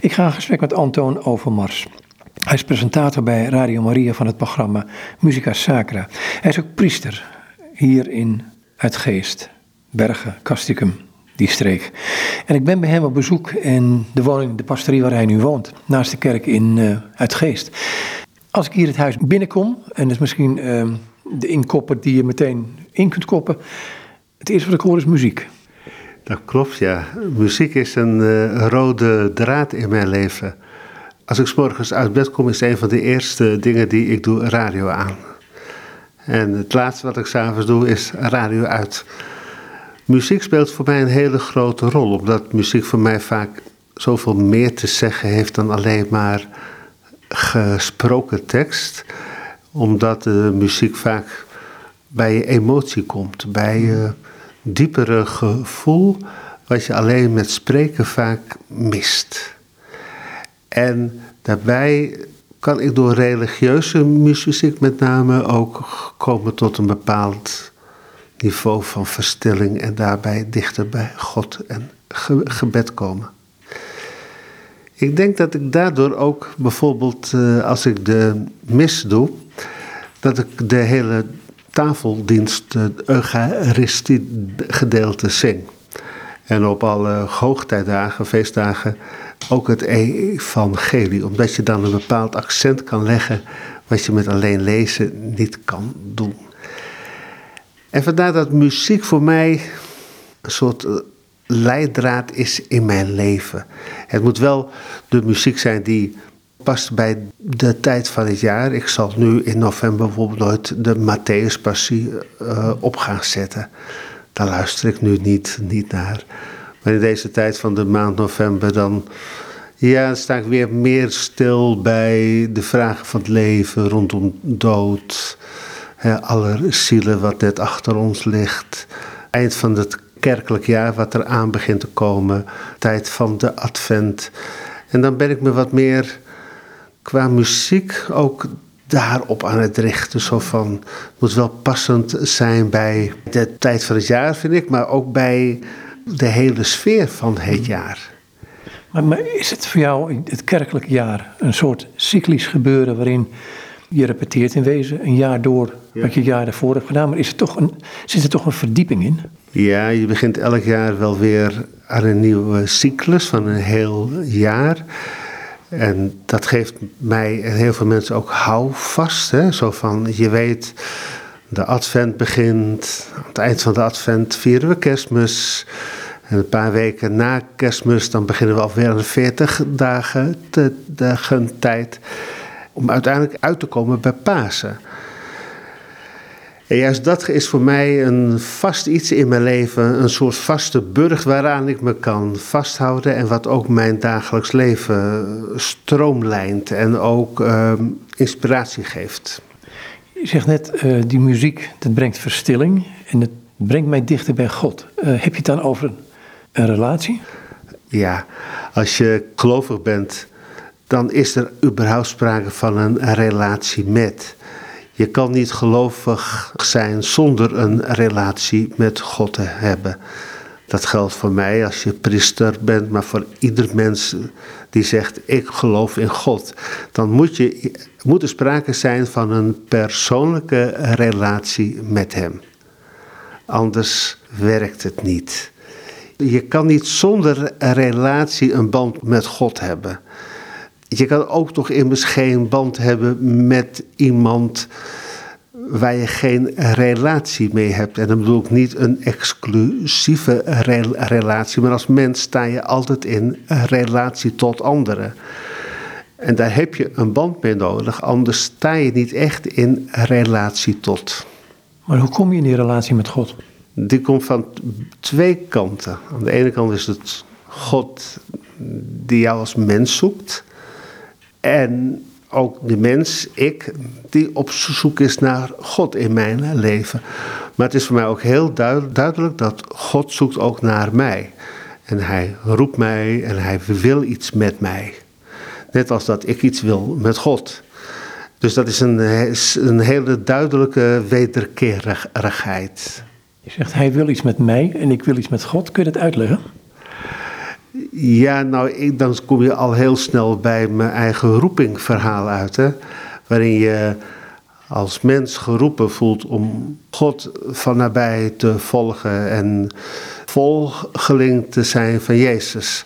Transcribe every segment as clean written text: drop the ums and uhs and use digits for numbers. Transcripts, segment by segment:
Ik ga in gesprek met Antoon Overmars. Hij is presentator bij Radio Maria van het programma Musica Sacra. Hij is ook priester hier in Uitgeest, Bergen, Castricum, die streek. En ik ben bij hem op bezoek in de woning, de pastorie waar hij nu woont, naast de kerk in Uitgeest. Als ik hier het huis binnenkom, en dat is misschien de inkopper die je meteen in kunt koppen, het eerste wat ik hoor is muziek. Dat klopt, ja. Muziek is een rode draad in mijn leven. Als ik 's morgens uit bed kom, is een van de eerste dingen die ik doe radio aan. En het laatste wat ik 's avonds doe, is radio uit. Muziek speelt voor mij een hele grote rol, omdat muziek voor mij vaak zoveel meer te zeggen heeft dan alleen maar gesproken tekst. Omdat de muziek vaak bij je emotie komt, bij je diepere gevoel wat je alleen met spreken vaak mist. En daarbij kan ik door religieuze muziek met name ook komen tot een bepaald niveau van verstilling en daarbij dichter bij God en gebed komen. Ik denk dat ik daardoor ook bijvoorbeeld als ik de mis doe, dat ik de hele tafeldienst, het Eucharistie-gedeelte zing. En op alle hoogtijdagen, feestdagen, ook het evangelie. Omdat je dan een bepaald accent kan leggen wat je met alleen lezen niet kan doen. En vandaar dat muziek voor mij een soort leidraad is in mijn leven. Het moet wel de muziek zijn die past bij de tijd van het jaar. Ik zal nu in november bijvoorbeeld nooit de Matthäus-passie op gaan zetten. Daar luister ik nu niet naar. Maar in deze tijd van de maand november dan sta ik weer meer stil bij de vragen van het leven rondom dood. Alle zielen wat net achter ons ligt. Eind van het kerkelijk jaar wat er aan begint te komen. Tijd van de advent. En dan ben ik me wat meer qua muziek ook daarop aan het richten. Zo van, het moet wel passend zijn bij de tijd van het jaar, vind ik. Maar ook bij de hele sfeer van het jaar. Maar is het voor jou het kerkelijk jaar een soort cyclisch gebeuren waarin je repeteert in wezen een jaar door wat je het jaar daarvoor hebt gedaan? Maar zit er toch een verdieping in? Ja, je begint elk jaar wel weer aan een nieuwe cyclus van een heel jaar. En dat geeft mij en heel veel mensen ook houvast. Hè? Zo van, je weet, de advent begint. Aan het eind van de advent vieren we Kerstmis. En een paar weken na Kerstmis, dan beginnen we alweer aan 40 dagen tijd. Om uiteindelijk uit te komen bij Pasen. En juist dat is voor mij een vast iets in mijn leven. Een soort vaste burcht waaraan ik me kan vasthouden. En wat ook mijn dagelijks leven stroomlijnt. En ook inspiratie geeft. Je zegt net, die muziek, dat brengt verstilling. En het brengt mij dichter bij God. Heb je het dan over een relatie? Ja, als je gelovig bent, dan is er überhaupt sprake van een relatie met. Je kan niet gelovig zijn zonder een relatie met God te hebben. Dat geldt voor mij als je priester bent, maar voor ieder mens die zegt ik geloof in God. Dan moet er sprake zijn van een persoonlijke relatie met hem. Anders werkt het niet. Je kan niet zonder een relatie een band met God hebben. Je kan ook toch immers geen band hebben met iemand waar je geen relatie mee hebt. En dan bedoel ik niet een exclusieve relatie, maar als mens sta je altijd in een relatie tot anderen. En daar heb je een band mee nodig, anders sta je niet echt in relatie tot. Maar hoe kom je in die relatie met God? Die komt van twee kanten. Aan de ene kant is het God die jou als mens zoekt. En ook de mens, ik, die op zoek is naar God in mijn leven. Maar het is voor mij ook heel duidelijk dat God zoekt ook naar mij. En hij roept mij en hij wil iets met mij. Net als dat ik iets wil met God. Dus dat is een hele duidelijke wederkerigheid. Je zegt hij wil iets met mij en ik wil iets met God. Kun je dat uitleggen? Ja, nou, dan kom je al heel snel bij mijn eigen roepingverhaal uit, hè? Waarin je als mens geroepen voelt om God van nabij te volgen en volgeling te zijn van Jezus.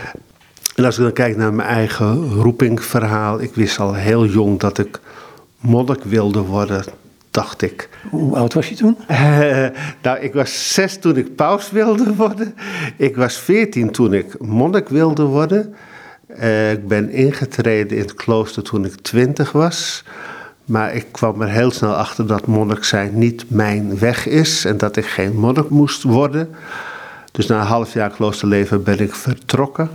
En als ik dan kijk naar mijn eigen roepingverhaal, ik wist al heel jong dat ik monnik wilde worden, dacht ik. Hoe oud was je toen? Nou, ik was 6 toen ik paus wilde worden. Ik was 14 toen ik monnik wilde worden. Ik ben ingetreden in het klooster toen ik 20 was. Maar ik kwam er heel snel achter dat monnik zijn niet mijn weg is. En dat ik geen monnik moest worden. Dus na een half jaar kloosterleven ben ik vertrokken.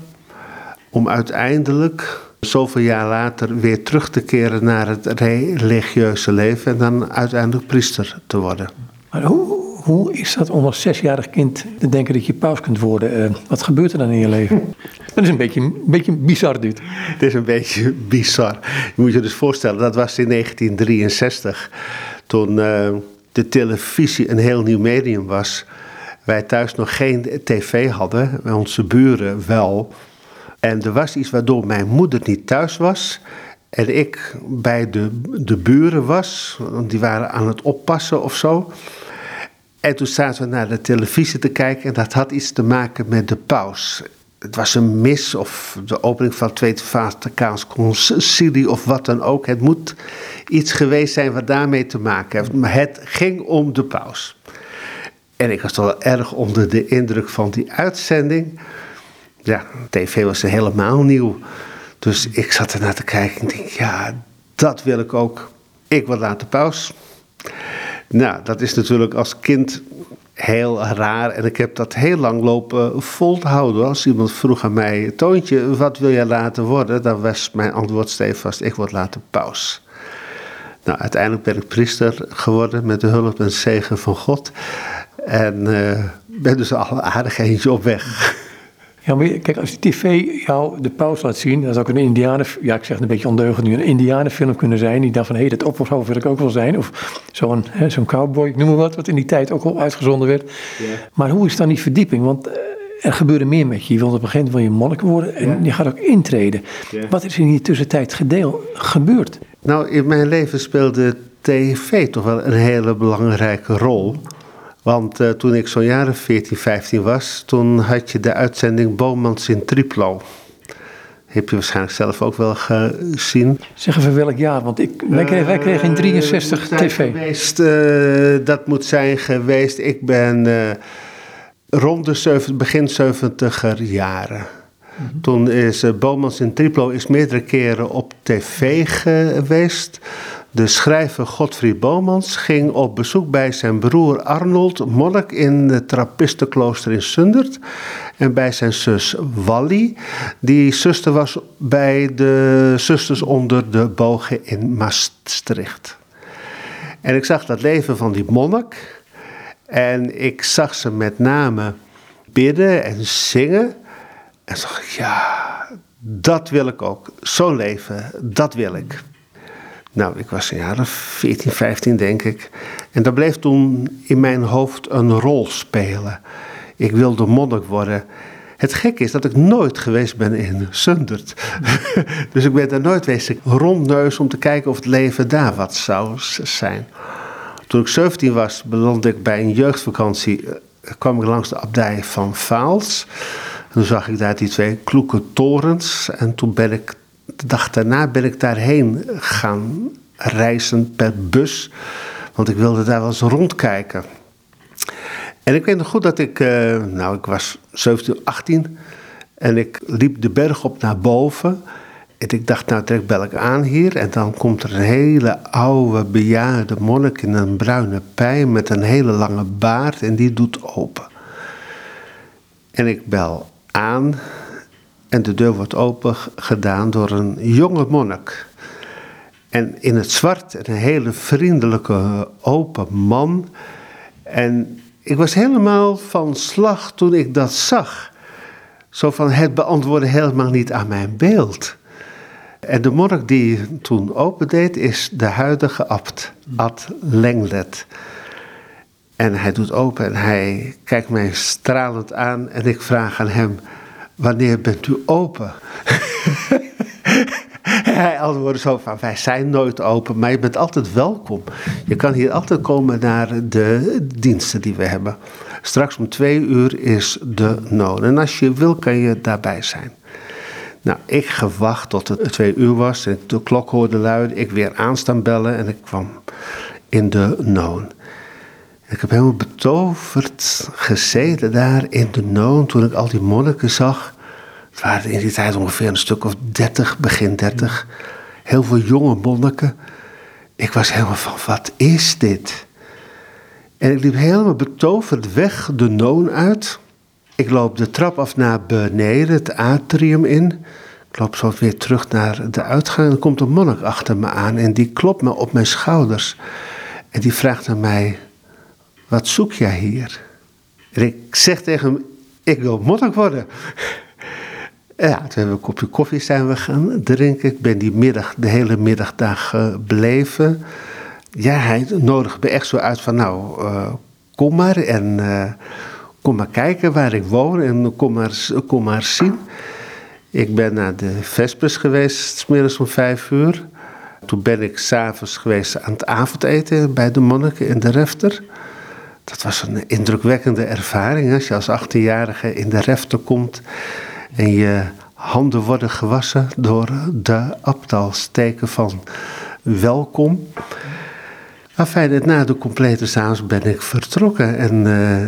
Om uiteindelijk, zoveel jaar later, weer terug te keren naar het religieuze leven. En dan uiteindelijk priester te worden. Maar hoe is dat om als 6-jarig kind te denken dat je paus kunt worden? Wat gebeurt er dan in je leven? Dat is een beetje bizar dit. Het is een beetje bizar. Je moet je dus voorstellen, dat was in 1963. Toen de televisie een heel nieuw medium was. Wij thuis nog geen tv hadden, onze buren wel. En er was iets waardoor mijn moeder niet thuis was. En ik bij de buren was. Want die waren aan het oppassen of zo. En toen zaten we naar de televisie te kijken. En dat had iets te maken met de paus. Het was een mis of de opening van het Tweede Vaticaans Concilie of wat dan ook. Het moet iets geweest zijn wat daarmee te maken heeft. Maar het ging om de paus. En ik was toch wel erg onder de indruk van die uitzending. Ja, tv was helemaal nieuw. Dus ik zat ernaar te kijken en denk, ja, dat wil ik ook. Ik wil later paus. Nou, dat is natuurlijk als kind heel raar. En ik heb dat heel lang lopen volhouden. Als iemand vroeg aan mij, Toontje, wat wil jij later worden? Dan was mijn antwoord stevast, ik word later paus. Nou, uiteindelijk ben ik priester geworden met de hulp en zegen van God. En ben dus al aardig eentje op weg. Ja, maar kijk, als die tv jou de paus laat zien, dat is ook een ja, ik zeg het een beetje ondeugend nu, een indianenfilm kunnen zijn, die dacht van, dat opperhoofd wil ik ook wel zijn, of zo'n cowboy, ik noem maar wat in die tijd ook al uitgezonden werd. Ja. Maar hoe is dan die verdieping? Want er gebeurde meer met je. Je wilt op een gegeven moment monnik worden en je gaat ook intreden. Ja. Wat is in die tussentijd gebeurd? Nou, in mijn leven speelde tv toch wel een hele belangrijke rol. Want toen ik zo'n jaren 14, 15 was, toen had je de uitzending Bomans in Triplo. Heb je waarschijnlijk zelf ook wel gezien. Zeg even welk jaar, want wij kregen in 63 tv. Dat moet zijn geweest. Ik ben rond de begin 70er jaren. Mm-hmm. Toen is Bomans in Triplo meerdere keren op tv geweest. De schrijver Godfried Bomans ging op bezoek bij zijn broer Arnold, monnik in het Trappistenklooster in Zundert. En bij zijn zus Wally, die zuster was bij de zusters onder de bogen in Maastricht. En ik zag dat leven van die monnik. En ik zag ze met name bidden en zingen. En dacht ik, ja, dat wil ik ook. Zo'n leven, dat wil ik. Nou, ik was een jaar of 14, 15 denk ik. En dat bleef toen in mijn hoofd een rol spelen. Ik wilde monnik worden. Het gekke is dat ik nooit geweest ben in Zundert. Dus ik ben daar nooit geweest rondneus om te kijken of het leven daar wat zou zijn. Toen ik 17 was, belandde ik bij een jeugdvakantie. Kwam ik langs de abdij van Vaals. En toen zag ik daar die 2 kloeke torens. En toen de dag daarna ben ik daarheen gaan reizen per bus. Want ik wilde daar wel eens rondkijken. En ik weet nog goed dat ik was 17, 18. En ik liep de berg op naar boven. En ik dacht, nou direct bel ik aan hier. En dan komt er een hele oude bejaarde monnik in een bruine pij met een hele lange baard. En die doet open. En ik bel aan. En de deur wordt open gedaan door een jonge monnik. En in het zwart een hele vriendelijke, open man. En ik was helemaal van slag toen ik dat zag. Zo van, het beantwoordde helemaal niet aan mijn beeld. En de monnik die toen opendeed is de huidige abt, Ad Lenglet. En hij doet open en hij kijkt mij stralend aan en ik vraag aan hem, wanneer bent u open? Hij antwoordde zo van, wij zijn nooit open, maar je bent altijd welkom. Je kan hier altijd komen naar de diensten die we hebben. Straks om 2 uur is de noon. En als je wil, kan je daarbij zijn. Nou, ik gewacht tot het 2 uur was. En ik de klok hoorde luiden. Ik weer aanstaan bellen en ik kwam in de noon. Ik heb helemaal betoverd gezeten daar in de noon toen ik al die monniken zag. Het waren in die tijd ongeveer een stuk of 30, begin 30. Heel veel jonge monniken. Ik was helemaal van, wat is dit? En ik liep helemaal betoverd weg de noon uit. Ik loop de trap af naar beneden, het atrium in. Ik loop zo weer terug naar de uitgang en er komt een monnik achter me aan. En die klopt me op mijn schouders. En die vraagt aan mij, wat zoek jij hier? En ik zeg tegen hem, ik wil monnik worden. Ja, toen hebben we een kopje koffie zijn we gaan drinken. Ik ben die middag, de hele middag daar gebleven. Ja, hij nodigde me echt zo uit van, nou, kom maar en kom maar kijken waar ik woon en kom maar zien. Ik ben naar de Vespers geweest, 's middags om 5 uur. Toen ben ik 's avonds geweest aan het avondeten bij de monniken in de refter. Dat was een indrukwekkende ervaring, als je als 18-jarige in de refter komt en je handen worden gewassen door de abt als teken van welkom. Enfin, na de complete s'avonds ben ik vertrokken en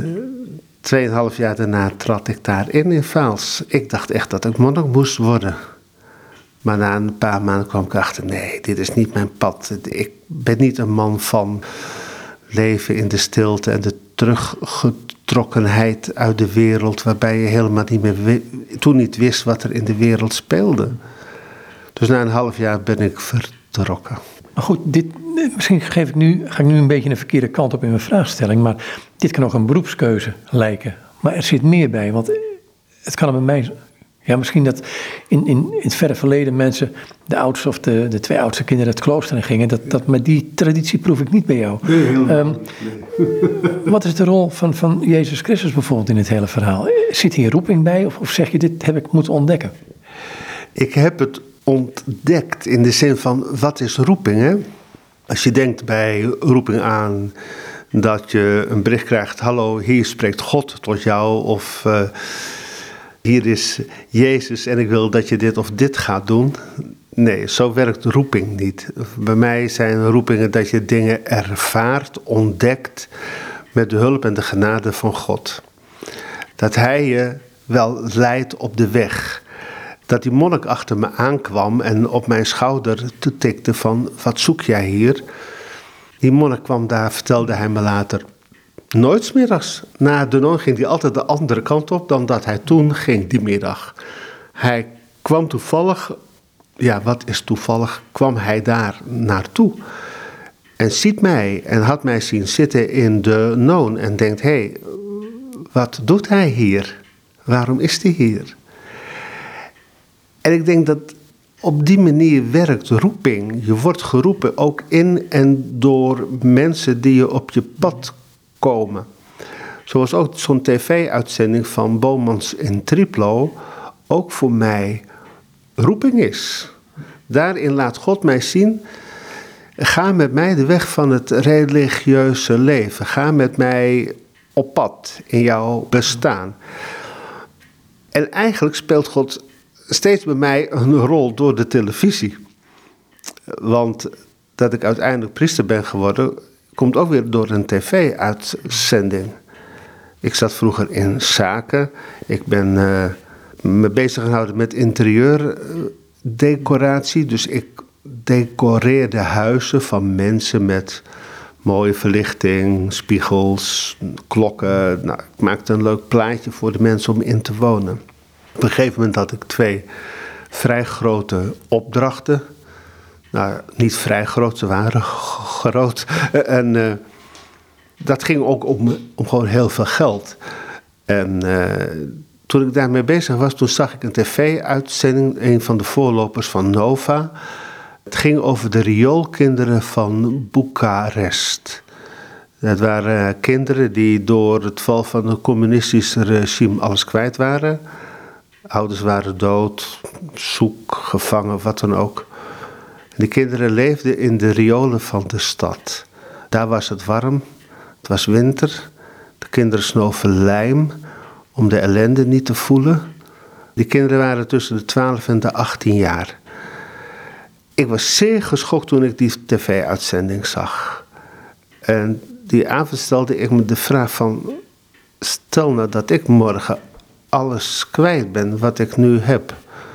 2,5 jaar daarna trad ik daarin in Vaals. Ik dacht echt dat ik monnik moest worden. Maar na een paar maanden kwam ik achter, nee, dit is niet mijn pad. Ik ben niet een man van leven in de stilte en de teruggetrokkenheid uit de wereld, waarbij je helemaal niet meer toen niet wist wat er in de wereld speelde. Dus na een half jaar ben ik vertrokken. Maar goed, misschien ga ik nu een beetje een verkeerde kant op in mijn vraagstelling, maar dit kan ook een beroepskeuze lijken. Maar er zit meer bij, want het kan bij mij, ja, misschien dat in het verre verleden mensen, de oudste of de 2 oudste kinderen het klooster in gingen, maar die traditie proef ik niet bij jou. Nee. Wat is de rol van Jezus Christus bijvoorbeeld in het hele verhaal? Zit hier roeping bij of zeg je, dit heb ik moeten ontdekken? Ik heb het ontdekt in de zin van, wat is roeping, hè? Als je denkt bij roeping aan dat je een bericht krijgt, hallo, hier spreekt God tot jou, of hier is Jezus en ik wil dat je dit of dit gaat doen. Nee, zo werkt roeping niet. Bij mij zijn roepingen dat je dingen ervaart, ontdekt met de hulp en de genade van God. Dat Hij je wel leidt op de weg. Dat die monnik achter me aankwam en op mijn schouder te tikte van, wat zoek jij hier? Die monnik kwam daar, vertelde hij me later. Nooit 's middags. Na de noon ging hij altijd de andere kant op dan dat hij toen ging die middag. Hij kwam toevallig, ja, wat is toevallig, kwam hij daar naartoe. En ziet mij en had mij zien zitten in de noon en denkt, hé, wat doet hij hier? Waarom is hij hier? En ik denk dat op die manier werkt roeping. Je wordt geroepen ook in en door mensen die je op je pad komen. Zoals ook zo'n tv-uitzending van Bomans in Triplo ook voor mij roeping is. Daarin laat God mij zien, ga met mij de weg van het religieuze leven. Ga met mij op pad in jouw bestaan. En eigenlijk speelt God steeds bij mij een rol door de televisie. Want dat ik uiteindelijk priester ben geworden, komt ook weer door een tv-uitzending. Ik zat vroeger in zaken. Ik ben me bezig gehouden met interieurdecoratie. Dus ik decoreerde huizen van mensen met mooie verlichting, spiegels, klokken. Nou, ik maakte een leuk plaatje voor de mensen om in te wonen. Op een gegeven moment had ik 2 vrij grote opdrachten. Nou, niet vrij groot, ze waren groot. En dat ging ook om gewoon heel veel geld. En toen ik daarmee bezig was, toen zag ik een tv-uitzending, een van de voorlopers van Nova. Het ging over de rioolkinderen van Boekarest. Dat waren kinderen die door het val van het communistische regime alles kwijt waren. Ouders waren dood, zoek, gevangen, wat dan ook. De kinderen leefden in de riolen van de stad. Daar was het warm, het was winter. De kinderen snoven lijm om de ellende niet te voelen. Die kinderen waren tussen de 12 en de 18 jaar. Ik was zeer geschokt toen ik die tv-uitzending zag. En die avond stelde ik me de vraag van, stel nou dat ik morgen alles kwijt ben wat ik nu heb.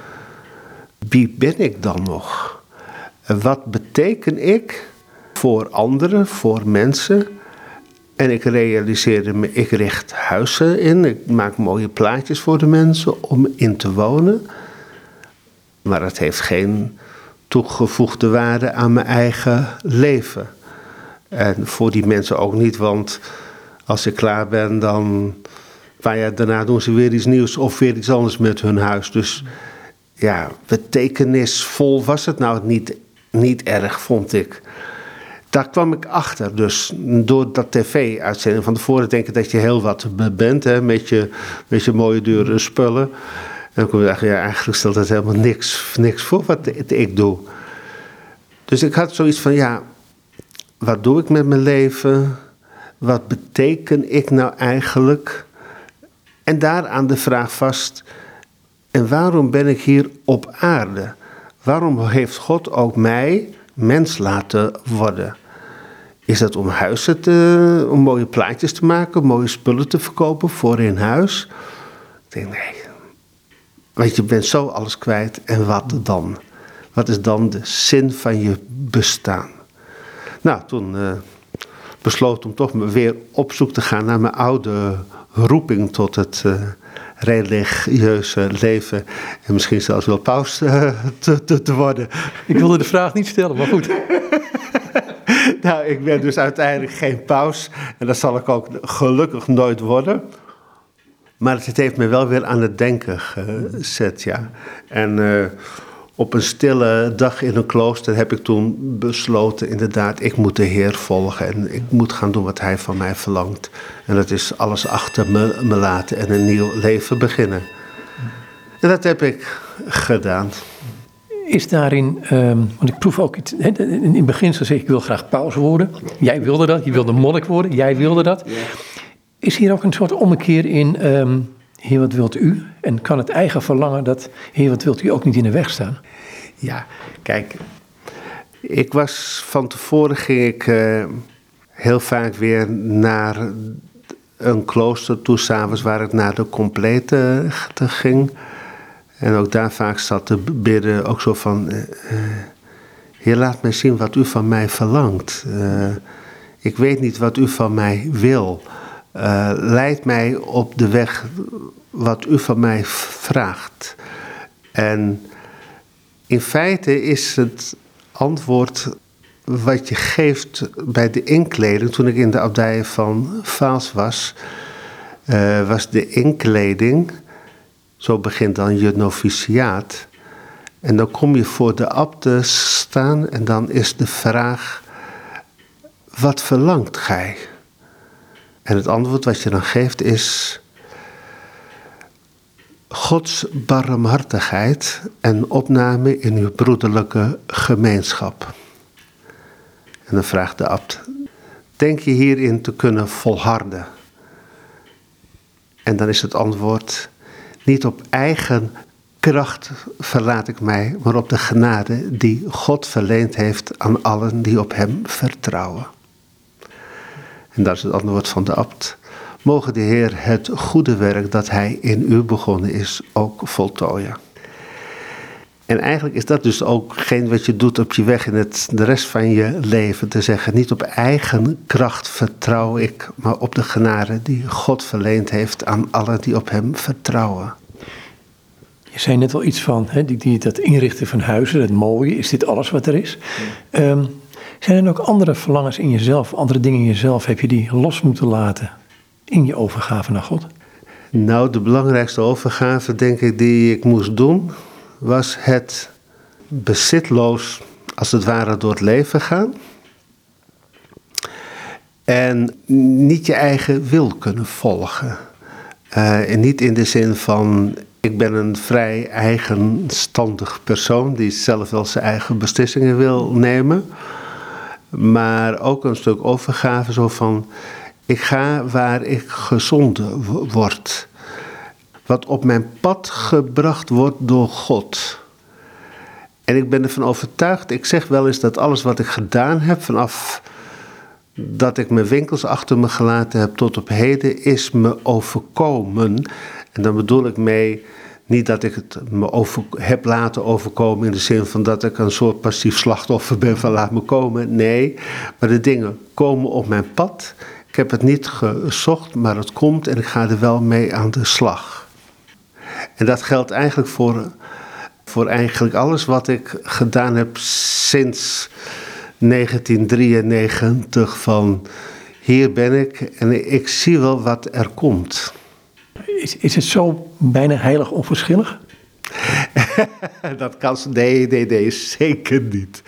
Wie ben ik dan nog? Wat beteken ik voor anderen, voor mensen? En ik realiseerde me, ik richt huizen in. Ik maak mooie plaatjes voor de mensen om in te wonen. Maar het heeft geen toegevoegde waarde aan mijn eigen leven. En voor die mensen ook niet, want als ik klaar ben, dan een paar jaar daarna doen ze weer iets nieuws of weer iets anders met hun huis. Dus ja, betekenisvol was het nou niet erg, vond ik. Daar kwam ik achter, dus door dat tv-uitzending. Van tevoren denk ik dat je heel wat bent, hè, met je mooie dure spullen. En dan kom je eigenlijk stelt dat helemaal niks voor wat ik doe. Dus ik had zoiets van, ja, wat doe ik met mijn leven? Wat beteken ik nou eigenlijk? En daaraan de vraag vast, en waarom ben ik hier op aarde? Waarom heeft God ook mij mens laten worden? Is dat om om mooie plaatjes te maken, mooie spullen te verkopen voor in huis? Ik denk, nee. Want je bent zo alles kwijt. En wat dan? Wat is dan de zin van je bestaan? Nou, toen besloot om toch weer op zoek te gaan naar mijn oude roeping tot het religieuze leven. En misschien zelfs wel paus te worden. Ik wilde de vraag niet stellen, maar goed. Nou, ik ben dus uiteindelijk geen paus. En dat zal ik ook gelukkig nooit worden. Maar het heeft me wel weer aan het denken gezet, ja. En op een stille dag in een klooster heb ik toen besloten, inderdaad, ik moet de Heer volgen. En ik moet gaan doen wat Hij van mij verlangt. En dat is alles achter me laten en een nieuw leven beginnen. En dat heb ik gedaan. Is daarin, want ik proef ook iets, in het begin zeg ik wil graag paus worden. Jij wilde dat, je wilde monnik worden, jij wilde dat. Ja. Is hier ook een soort ommekeer in, Heer, wat wilt u? En kan het eigen verlangen dat, Heer, wat wilt u, ook niet in de weg staan? Ja, kijk, van tevoren ging ik heel vaak weer naar een klooster toe, 's avonds, waar ik naar de complete ging. En ook daar vaak zat te bidden, ook zo van, Heer, laat mij zien wat u van mij verlangt. Ik weet niet wat u van mij wil. Leid mij op de weg wat u van mij vraagt. En in feite is het antwoord wat je geeft bij de inkleding. Toen ik in de abdij van Vaals was de inkleding. Zo begint dan je noviciaat. En dan kom je voor de abt te staan en dan is de vraag, wat verlangt gij? En het antwoord wat je dan geeft is Gods barmhartigheid en opname in uw broederlijke gemeenschap. En dan vraagt de abt, denk je hierin te kunnen volharden? En dan is het antwoord, niet op eigen kracht verlaat ik mij, maar op de genade die God verleend heeft aan allen die op hem vertrouwen. En dat is het antwoord van de abt. Mogen de Heer het goede werk dat hij in u begonnen is ook voltooien. En eigenlijk is dat dus ook geen wat je doet op je weg in de rest van je leven. Te zeggen, niet op eigen kracht vertrouw ik, maar op de genade die God verleend heeft aan allen die op hem vertrouwen. Je zei net al iets van, dat inrichten van huizen, het mooie, is dit alles wat er is? Zijn er ook andere verlangens in jezelf, andere dingen in jezelf, heb je die los moeten laten in je overgave naar God? Nou, de belangrijkste overgave, denk ik, die ik moest doen, was het bezitloos, als het ware, door het leven gaan. En niet je eigen wil kunnen volgen. En niet in de zin van, ik ben een vrij eigenstandig persoon die zelf wel zijn eigen beslissingen wil nemen. Maar ook een stuk overgave, zo van, ik ga waar ik gezonden word. Wat op mijn pad gebracht wordt door God. En ik ben ervan overtuigd, ik zeg wel eens dat alles wat ik gedaan heb, vanaf dat ik mijn winkels achter me gelaten heb tot op heden, is me overkomen. En dan bedoel ik mee, niet dat ik het me heb laten overkomen in de zin van dat ik een soort passief slachtoffer ben van laat me komen. Nee, maar de dingen komen op mijn pad. Ik heb het niet gezocht, maar het komt en ik ga er wel mee aan de slag. En dat geldt eigenlijk voor eigenlijk alles wat ik gedaan heb sinds 1993 van hier ben ik en ik zie wel wat er komt. Is het zo bijna heilig onverschillig? Dat kan nee, zeker niet.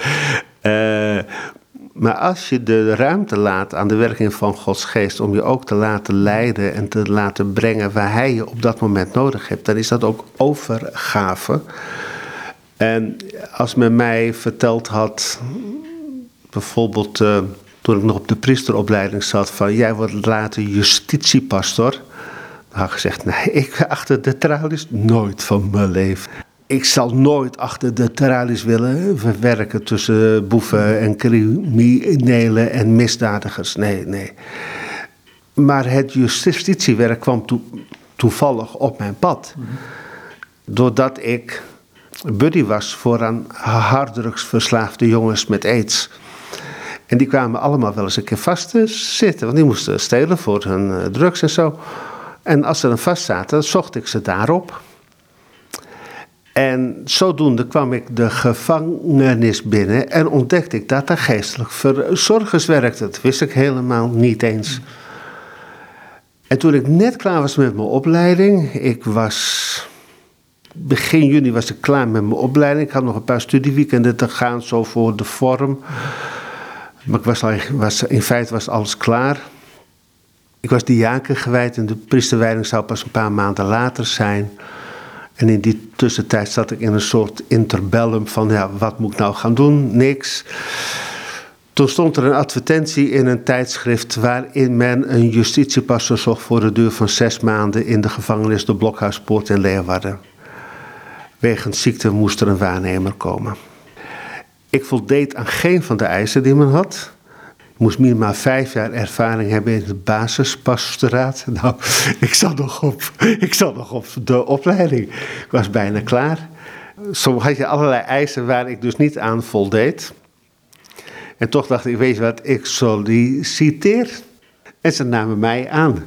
Maar als je de ruimte laat aan de werking van Gods geest om je ook te laten leiden en te laten brengen waar hij je op dat moment nodig hebt, dan is dat ook overgave. En als men mij verteld had, bijvoorbeeld toen ik nog op de priesteropleiding zat, van jij wordt later justitiepastor, dan had ik gezegd, nee, ik achter de tralies nooit van mijn leven. Ik zal nooit achter de tralies willen werken tussen boeven en criminelen en misdadigers. Nee. Maar het justitiewerk kwam toevallig op mijn pad. Doordat ik buddy was voor aan harddrugsverslaafde jongens met aids. En die kwamen allemaal wel eens een keer vast te zitten, want die moesten stelen voor hun drugs en zo. En als ze dan vast zaten, zocht ik ze daarop. En zodoende kwam ik de gevangenis binnen en ontdekte ik dat er geestelijk verzorgers werkten. Dat wist ik helemaal niet eens. En toen ik net klaar was met mijn opleiding, begin juni was ik klaar met mijn opleiding. Ik had nog een paar studieweekenden te gaan, zo voor de vorm. Maar in feite was alles klaar. Ik was diaken gewijd en de priesterwijding zou pas een paar maanden later zijn. En in die tussentijd zat ik in een soort interbellum van, ja, wat moet ik nou gaan doen? Niks. Toen stond er een advertentie in een tijdschrift waarin men een justitiepastor zocht voor de duur van 6 maanden in de gevangenis de Blokhuispoort in Leeuwarden. Wegens ziekte moest er een waarnemer komen. Ik voldeed aan geen van de eisen die men had. Ik moest minimaal 5 jaar ervaring hebben in het basispastoraat. Nou, ik zat nog op de opleiding. Ik was bijna klaar. Zo had je allerlei eisen waar ik dus niet aan voldeed. En toch dacht ik, weet je wat, ik solliciteer. En ze namen mij aan.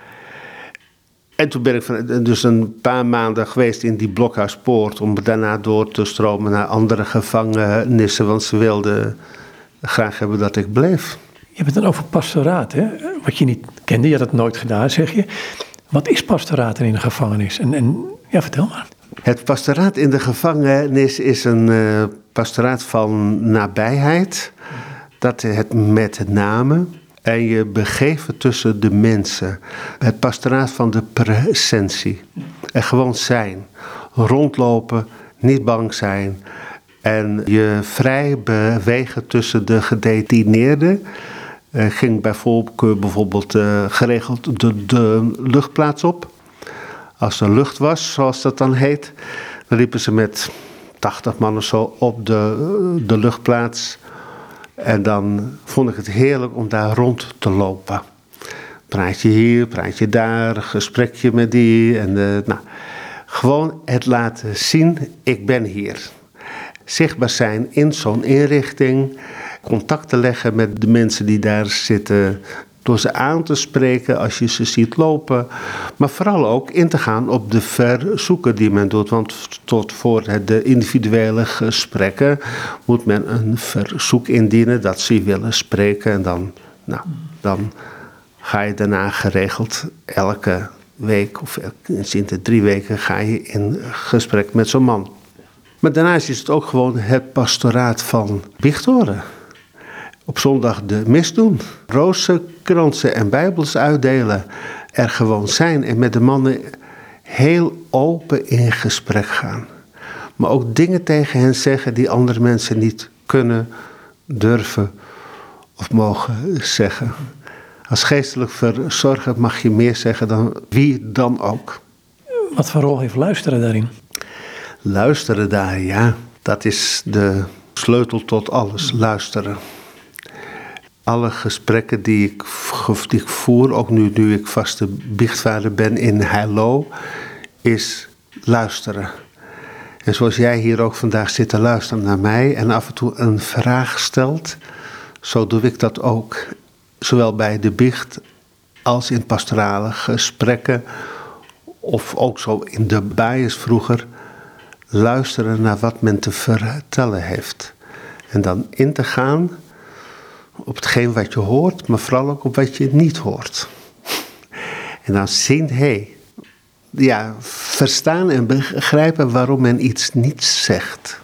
En toen ben ik dus een paar maanden geweest in die Blokhuispoort om daarna door te stromen naar andere gevangenissen, want ze wilden graag hebben dat ik bleef. Je hebt het dan over pastoraat, hè? Wat je niet kende, je had het nooit gedaan, zeg je. Wat is pastoraat in de gevangenis? En vertel maar. Het pastoraat in de gevangenis is een pastoraat van nabijheid. Dat het met name en je begeven tussen de mensen. Het pastoraat van de presentie. En gewoon zijn. Rondlopen, niet bang zijn. En je vrij bewegen tussen de gedetineerden. Ging bijvoorbeeld geregeld de luchtplaats op. Als er lucht was, zoals dat dan heet, dan liepen ze met 80 man of zo op de luchtplaats. En dan vond ik het heerlijk om daar rond te lopen. Praatje hier, praatje daar, gesprekje met die. En gewoon het laten zien, ik ben hier. Zichtbaar zijn in zo'n inrichting. Contact te leggen met de mensen die daar zitten. Door ze aan te spreken als je ze ziet lopen. Maar vooral ook in te gaan op de verzoeken die men doet. Want tot voor de individuele gesprekken moet men een verzoek indienen dat ze willen spreken. En dan ga je daarna geregeld elke week of sinds de 3 weken ga je in gesprek met zo'n man. Maar daarnaast is het ook gewoon het pastoraat van Biechtoren. Op zondag de mis doen, rooskransen en bijbels uitdelen. er gewoon zijn en met de mannen heel open in gesprek gaan. Maar ook dingen tegen hen zeggen die andere mensen niet kunnen, durven of mogen zeggen. Als geestelijk verzorger mag je meer zeggen dan wie dan ook. Wat voor rol heeft luisteren daarin? Luisteren daar, ja. Dat is de sleutel tot alles, luisteren. Alle gesprekken die ik voer, ook nu ik vaste biechtvader ben in Heilo, is luisteren. En zoals jij hier ook vandaag zit te luisteren naar mij en af en toe een vraag stelt, zo doe ik dat ook. Zowel bij de biecht als in pastorale gesprekken, of ook zo in de bias vroeger, luisteren naar wat men te vertellen heeft. En dan in te gaan op hetgeen wat je hoort, maar vooral ook op wat je niet hoort. En dan zien, verstaan en begrijpen waarom men iets niet zegt.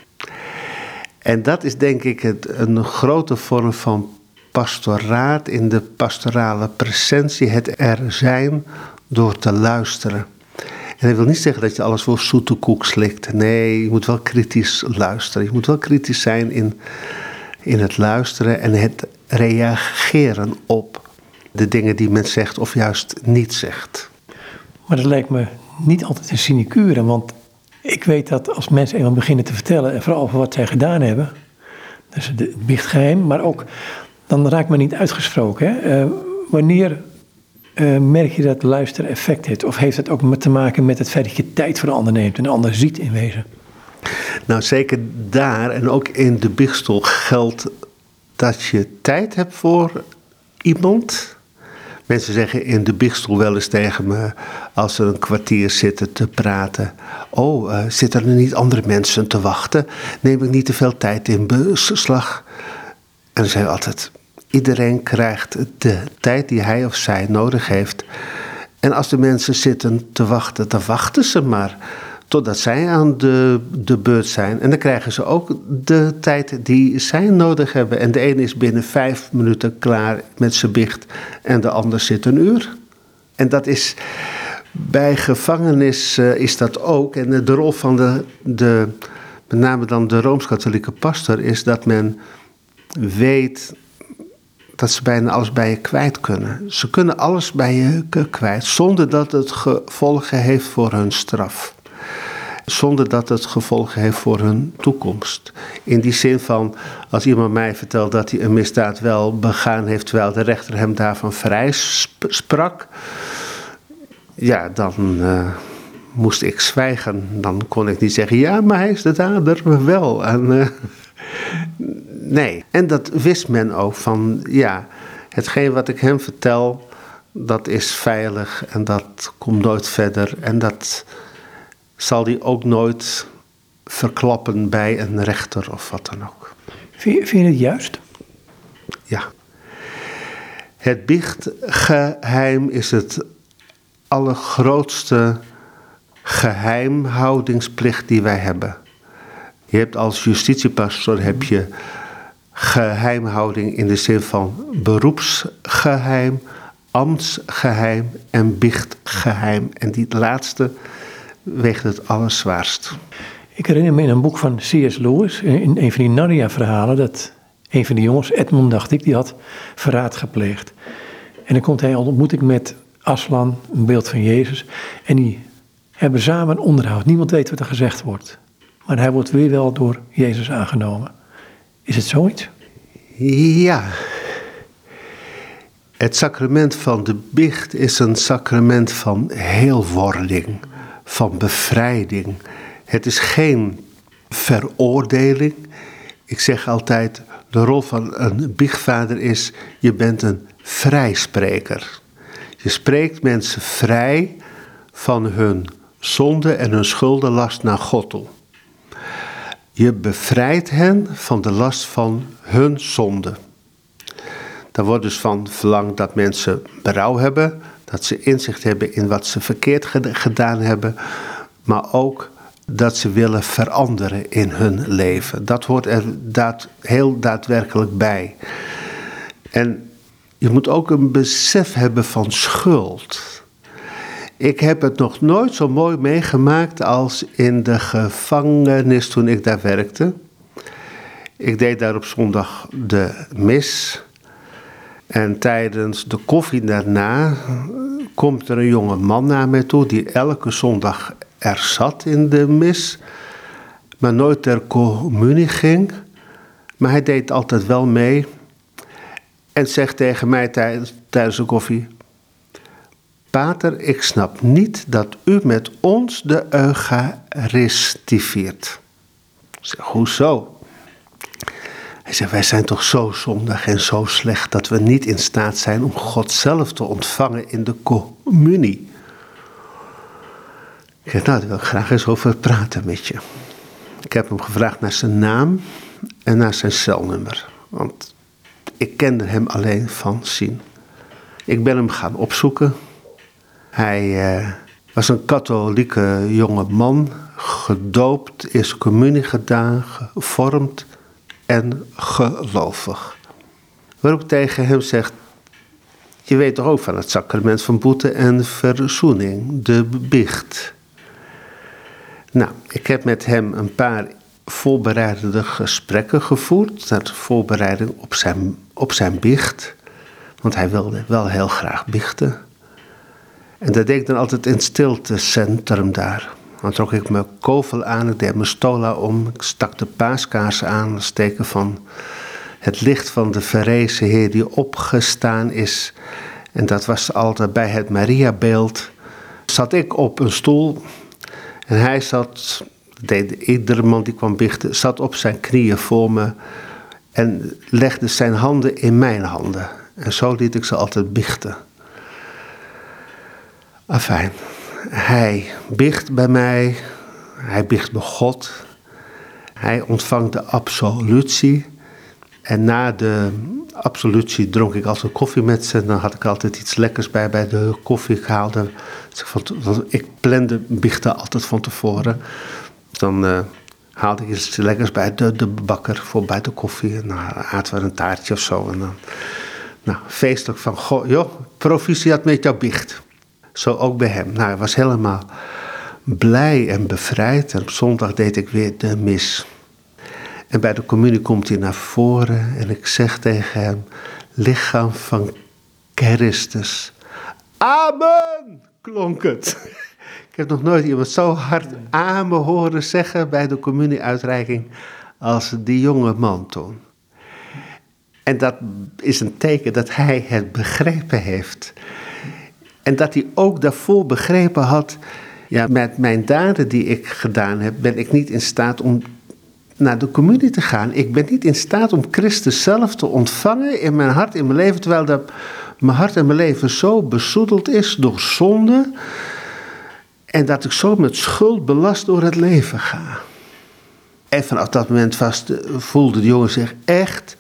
En dat is denk ik een grote vorm van pastoraat in de pastorale presentie, het er zijn door te luisteren. En dat wil niet zeggen dat je alles voor zoete koek slikt. Nee, je moet wel kritisch luisteren. Je moet wel kritisch zijn in het luisteren en het reageren op de dingen die men zegt of juist niet zegt. Maar dat lijkt me niet altijd een sinecure, want ik weet dat als mensen eenmaal beginnen te vertellen, en vooral over wat zij gedaan hebben, dus het biechtgeheim, maar ook, dan raakt men niet uitgesproken. Hè? Wanneer merk je dat luisteren effect heeft? Of heeft het ook te maken met het feit dat je tijd voor de ander neemt en de ander ziet in wezen? Nou, zeker daar en ook in de biechtstoel geldt dat je tijd hebt voor iemand. Mensen zeggen in de biechtstoel wel eens tegen me, als ze een kwartier zitten te praten, zitten er niet andere mensen te wachten? Neem ik niet te veel tijd in beslag? En dan zeg ik altijd, iedereen krijgt de tijd die hij of zij nodig heeft. En als de mensen zitten te wachten, dan wachten ze maar totdat zij aan de beurt zijn. En dan krijgen ze ook de tijd die zij nodig hebben. En de ene is binnen 5 minuten klaar met zijn biecht en de ander zit 1 uur. En dat is, bij gevangenis is dat ook. En de rol van met name dan de Rooms-Katholieke pastor, is dat men weet dat ze bijna alles bij je kwijt kunnen. Ze kunnen alles bij je kwijt, zonder dat het gevolgen heeft voor hun straf. Zonder dat het gevolgen heeft voor hun toekomst. In die zin van, als iemand mij vertelt dat hij een misdaad wel begaan heeft, terwijl de rechter hem daarvan vrij sprak, ja, dan moest ik zwijgen. Dan kon ik niet zeggen, ja, maar hij is de dader wel. En, nee. En dat wist men ook van, ja, hetgeen wat ik hem vertel, dat is veilig en dat komt nooit verder. En dat zal hij ook nooit verklappen bij een rechter of wat dan ook. Vind je het juist? Ja. Het biechtgeheim is het allergrootste geheimhoudingsplicht die wij hebben. Je hebt als justitiepastor heb je geheimhouding in de zin van beroepsgeheim, ambtsgeheim en biechtgeheim. En die laatste weegt het allerzwaarst. Ik herinner me in een boek van C.S. Lewis, in een van die Narnia-verhalen, dat een van de jongens, Edmund dacht ik, die had verraad gepleegd. En dan komt hij ontmoet ik met Aslan, een beeld van Jezus, en die hebben samen een onderhoud. Niemand weet wat er gezegd wordt. Maar hij wordt weer wel door Jezus aangenomen. Is het zoiets? Ja. Het sacrament van de biecht is een sacrament van heelwording, van bevrijding. Het is geen veroordeling. Ik zeg altijd, de rol van een biechtvader is, je bent een vrijspreker. Je spreekt mensen vrij van hun zonde en hun schuldenlast naar God toe. Je bevrijdt hen van de last van hun zonde. Daar wordt dus van verlangd dat mensen berouw hebben, dat ze inzicht hebben in wat ze verkeerd gedaan hebben, maar ook dat ze willen veranderen in hun leven. Dat hoort er heel daadwerkelijk bij. En je moet ook een besef hebben van schuld. Ik heb het nog nooit zo mooi meegemaakt als in de gevangenis toen ik daar werkte. Ik deed daar op zondag de mis. En tijdens de koffie daarna komt er een jonge man naar mij toe die elke zondag er zat in de mis, maar nooit ter communie ging. Maar hij deed altijd wel mee en zegt tegen mij tijdens de koffie: Pater, ik snap niet dat u met ons de Eucharistie viert. Ik zeg, hoezo? Hij zegt, wij zijn toch zo zondig en zo slecht dat we niet in staat zijn om God zelf te ontvangen in de communie. Ik zeg, nou, daar wil ik graag eens over praten met je. Ik heb hem gevraagd naar zijn naam en naar zijn celnummer. Want ik kende hem alleen van zien. Ik ben hem gaan opzoeken. Hij was een katholieke jonge man, gedoopt, eerste communie gedaan, gevormd en gelovig. Waarop ik tegen hem zeg, je weet toch ook van het sacrament van boete en verzoening, de biecht. Nou, ik heb met hem een paar voorbereidende gesprekken gevoerd, ter voorbereiding op zijn biecht, want hij wilde wel heel graag biechten. En dat deed ik dan altijd in het stiltecentrum daar. Dan trok ik mijn kovel aan, ik deed mijn stola om, ik stak de paaskaars aan, als teken van het licht van de verrezen Heer die opgestaan is. En dat was altijd bij het Mariabeeld. Zat ik op een stoel en hij zat, iedere man die kwam biechten, zat op zijn knieën voor me en legde zijn handen in mijn handen. En zo liet ik ze altijd biechten. Afijn, hij biecht bij mij, hij biecht bij God, hij ontvangt de absolutie. En na de absolutie dronk ik altijd koffie met ze. Dan had ik altijd iets lekkers bij de koffie. Ik plande biechten altijd van tevoren. Dan haalde ik iets lekkers bij de bakker voor bij de koffie. En dan aten we een taartje of zo. En dan feestelijk van, goh, joh, proficiat met jouw biecht. Zo ook bij hem. Nou, hij was helemaal blij en bevrijd. En op zondag deed ik weer de mis. En bij de communie komt hij naar voren en ik zeg tegen hem, lichaam van Christus. Amen, klonk het. Ik heb nog nooit iemand zo hard amen horen zeggen bij de communieuitreiking als die jonge man toen. En dat is een teken dat hij het begrepen heeft. En dat hij ook daarvoor begrepen had, ja, met mijn daden die ik gedaan heb, ben ik niet in staat om naar de communie te gaan. Ik ben niet in staat om Christus zelf te ontvangen in mijn hart, in mijn leven, terwijl dat mijn hart en mijn leven zo bezoedeld is door zonde en dat ik zo met schuld belast door het leven ga. En vanaf dat moment voelde de jongen zich echt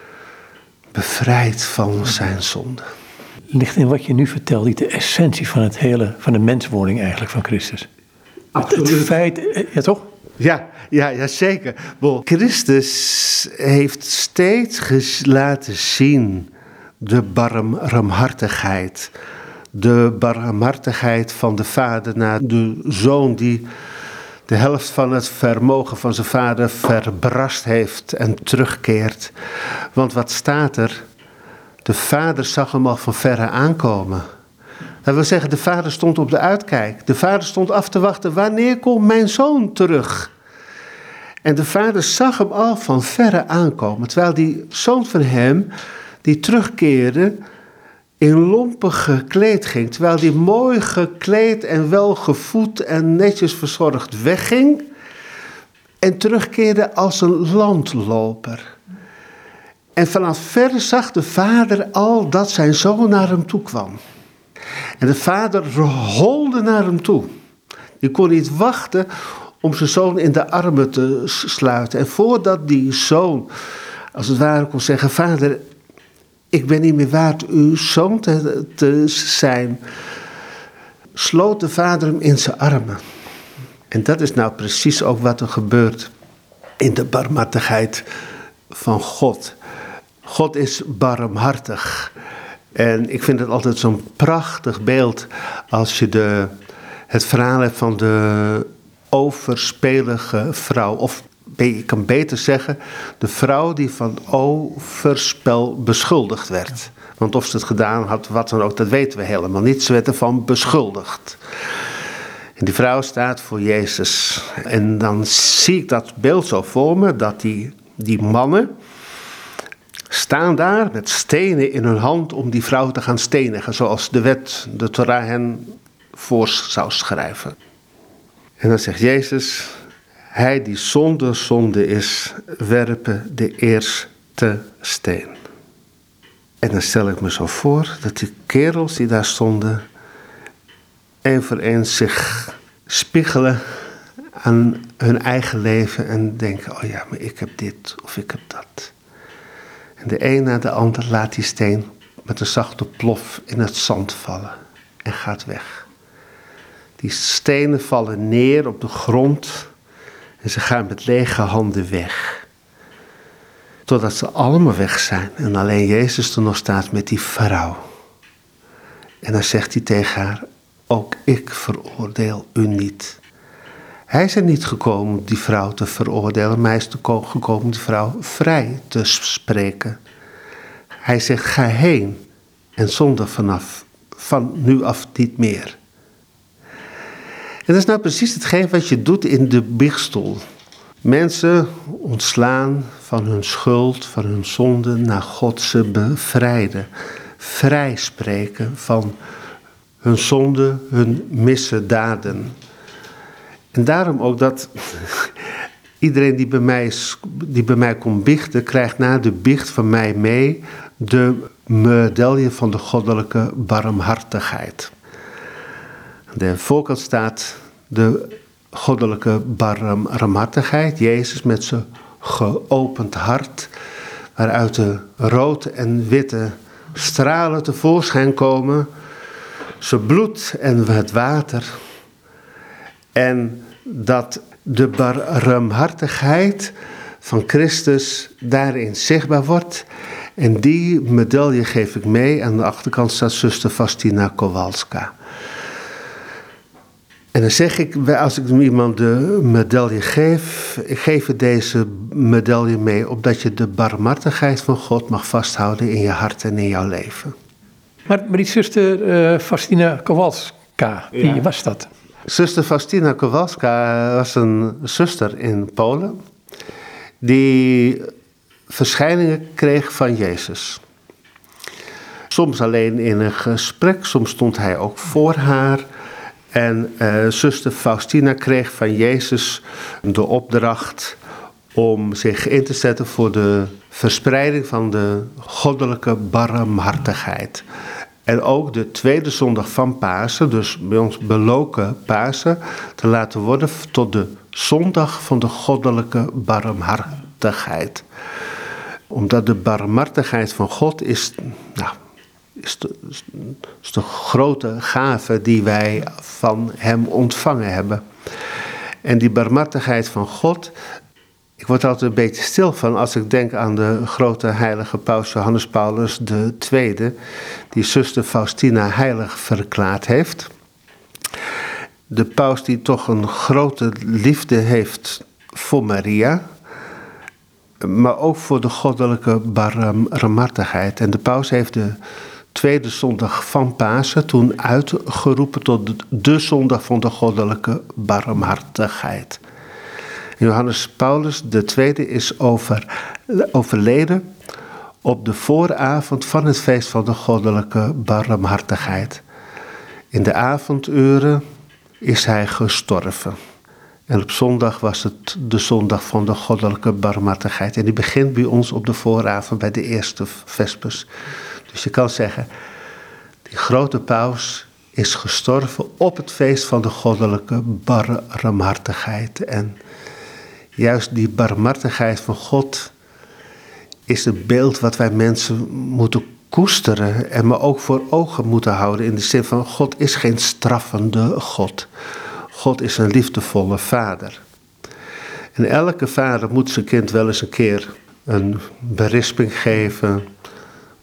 bevrijd van zijn zonde. Ligt in wat je nu vertelt niet de essentie van de menswording eigenlijk van Christus? Absoluut. Het feit, ja toch? Ja, zeker. Christus heeft steeds laten zien de barmhartigheid. De barmhartigheid van de vader naar de zoon die de helft van het vermogen van zijn vader verbrast heeft en terugkeert. Want wat staat er? De vader zag hem al van verre aankomen. Dat wil zeggen, de vader stond op de uitkijk. De vader stond af te wachten, wanneer komt mijn zoon terug? En de vader zag hem al van verre aankomen. Terwijl die zoon van hem, die terugkeerde, in lompen gekleed ging. Terwijl die mooi gekleed en wel gevoed en netjes verzorgd wegging. En terugkeerde als een landloper. En vanaf ver zag de vader al dat zijn zoon naar hem toe kwam. En de vader holde naar hem toe. Die kon niet wachten om zijn zoon in de armen te sluiten. En voordat die zoon, als het ware, kon zeggen, vader, ik ben niet meer waard uw zoon te zijn, sloot de vader hem in zijn armen. En dat is nou precies ook wat er gebeurt in de barmhartigheid van God. God is barmhartig. En ik vind het altijd zo'n prachtig beeld als je het verhaal hebt van de overspelige vrouw. Of je kan beter zeggen, de vrouw die van overspel beschuldigd werd. Want of ze het gedaan had, wat dan ook, dat weten we helemaal niet. Ze werd ervan beschuldigd. En die vrouw staat voor Jezus. En dan zie ik dat beeld zo voor me, dat die mannen staan daar met stenen in hun hand om die vrouw te gaan stenigen. Zoals de wet, de Torah hen voor zou schrijven. En dan zegt Jezus, hij die zonder zonde is, werpen de eerste steen. En dan stel ik me zo voor dat die kerels die daar stonden, één voor één zich spiegelen aan hun eigen leven en denken, oh ja, maar ik heb dit of ik heb dat. En de een na de ander laat die steen met een zachte plof in het zand vallen en gaat weg. Die stenen vallen neer op de grond en ze gaan met lege handen weg. Totdat ze allemaal weg zijn en alleen Jezus er nog staat met die vrouw. En dan zegt hij tegen haar, ook ik veroordeel u niet. Hij is er niet gekomen om die vrouw te veroordelen, maar hij is gekomen om die vrouw vrij te spreken. Hij zegt, ga heen en zondig van nu af niet meer. En dat is nou precies hetgeen wat je doet in de biechtstoel. Mensen ontslaan van hun schuld, van hun zonde, naar God ze bevrijden. Vrijspreken van hun zonde, hun misdaden. En daarom ook dat iedereen die bij mij komt biechten, krijgt na de biecht van mij mee de medaille van de goddelijke barmhartigheid. Aan de voorkant staat de goddelijke barmhartigheid, Jezus met zijn geopend hart, waaruit de rode en witte stralen tevoorschijn komen, zijn bloed en het water. En dat de barmhartigheid van Christus daarin zichtbaar wordt. En die medaille geef ik mee. Aan de achterkant staat zuster Faustina Kowalska. En dan zeg ik, als ik iemand de medaille geef, ik geef je deze medaille mee, opdat je de barmhartigheid van God mag vasthouden in je hart en in jouw leven. Maar die zuster Faustina Kowalska, wie was dat? Zuster Faustina Kowalska was een zuster in Polen die verschijningen kreeg van Jezus. Soms alleen in een gesprek, soms stond hij ook voor haar. En zuster Faustina kreeg van Jezus de opdracht om zich in te zetten voor de verspreiding van de goddelijke barmhartigheid. En ook de tweede zondag van Pasen, dus bij ons beloken Pasen, te laten worden tot de zondag van de goddelijke barmhartigheid. Omdat de barmhartigheid van God is de grote gave die wij van hem ontvangen hebben. En die barmhartigheid van God, ik word er altijd een beetje stil van als ik denk aan de grote heilige paus Johannes Paulus II, die zuster Faustina heilig verklaard heeft. De paus die toch een grote liefde heeft voor Maria, maar ook voor de goddelijke barmhartigheid. En de paus heeft de tweede zondag van Pasen toen uitgeroepen tot de zondag van de goddelijke barmhartigheid. Johannes Paulus II is overleden op de vooravond van het feest van de goddelijke barmhartigheid. In de avonduren is hij gestorven. En op zondag was het de zondag van de goddelijke barmhartigheid. En die begint bij ons op de vooravond bij de eerste vespers. Dus je kan zeggen, die grote paus is gestorven op het feest van de goddelijke barmhartigheid. En juist die barmhartigheid van God is het beeld wat wij mensen moeten koesteren en maar ook voor ogen moeten houden. In de zin van, God is geen straffende God. God is een liefdevolle vader. En elke vader moet zijn kind wel eens een keer een berisping geven,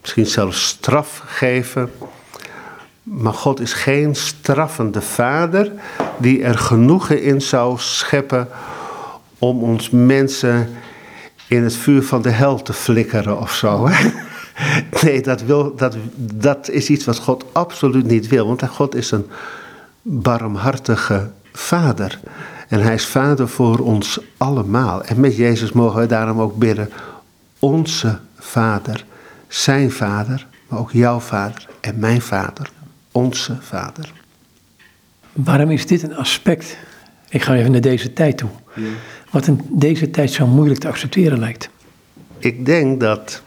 misschien zelfs straf geven. Maar God is geen straffende vader die er genoegen in zou scheppen om ons mensen in het vuur van de hel te flikkeren of zo. Hè? Nee, dat is iets wat God absoluut niet wil. Want God is een barmhartige vader. En hij is vader voor ons allemaal. En met Jezus mogen we daarom ook bidden. Onze vader, zijn vader, maar ook jouw vader en mijn vader. Onze vader. Waarom is dit een aspect? Ik ga even naar deze tijd toe. Ja. Wat in deze tijd zo moeilijk te accepteren lijkt. Ik denk dat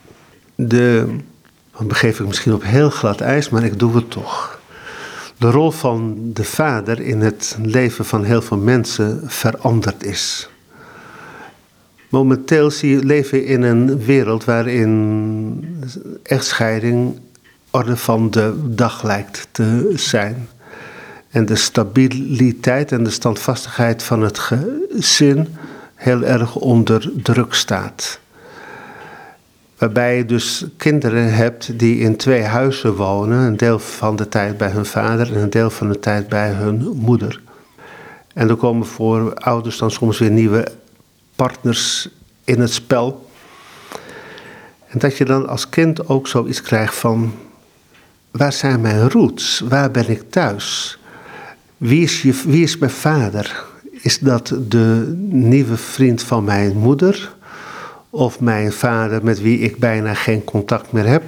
dan begeef ik misschien op heel glad ijs, maar ik doe het toch. De rol van de vader in het leven van heel veel mensen veranderd is. Momenteel leven we in een wereld waarin echtscheiding orde van de dag lijkt te zijn. En de stabiliteit en de standvastigheid van het gezin heel erg onder druk staat. Waarbij je dus kinderen hebt die in 2 huizen wonen. Een deel van de tijd bij hun vader en een deel van de tijd bij hun moeder. En er komen voor ouders dan soms weer nieuwe partners in het spel. En dat je dan als kind ook zoiets krijgt van: waar zijn mijn roots? Waar ben ik thuis? Wie is mijn vader? Is dat de nieuwe vriend van mijn moeder? Of mijn vader met wie ik bijna geen contact meer heb?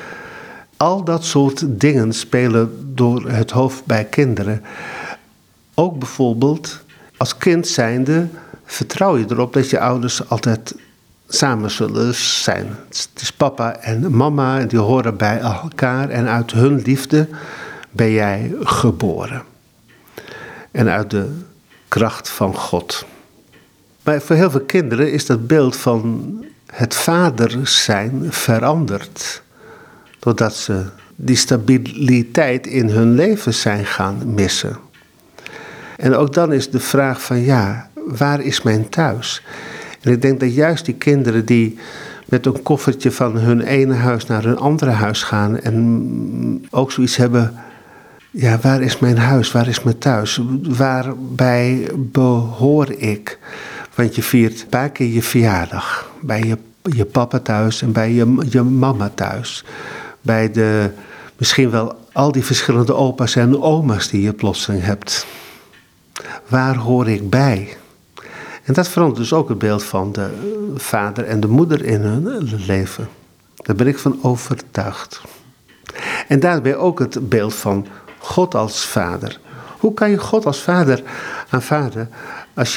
Al dat soort dingen spelen door het hoofd bij kinderen. Ook bijvoorbeeld, als kind zijnde vertrouw je erop dat je ouders altijd samen zullen zijn. Het is papa en mama en die horen bij elkaar en uit hun liefde ben jij geboren. En uit de kracht van God. Maar voor heel veel kinderen is dat beeld van het vader zijn veranderd. Doordat ze die stabiliteit in hun leven zijn gaan missen. En ook dan is de vraag van ja, waar is mijn thuis? En ik denk dat juist die kinderen die met een koffertje van hun ene huis naar hun andere huis gaan en ook zoiets hebben: ja, waar is mijn huis? Waar is mijn thuis? Waarbij behoor ik? Want je viert een paar keer je verjaardag. Bij je papa thuis en bij je mama thuis. Bij misschien wel al die verschillende opa's en oma's die je plotseling hebt. Waar hoor ik bij? En dat verandert dus ook het beeld van de vader en de moeder in hun leven. Daar ben ik van overtuigd. En daarbij ook het beeld van God als vader. Hoe kan je God als vader aanvaarden als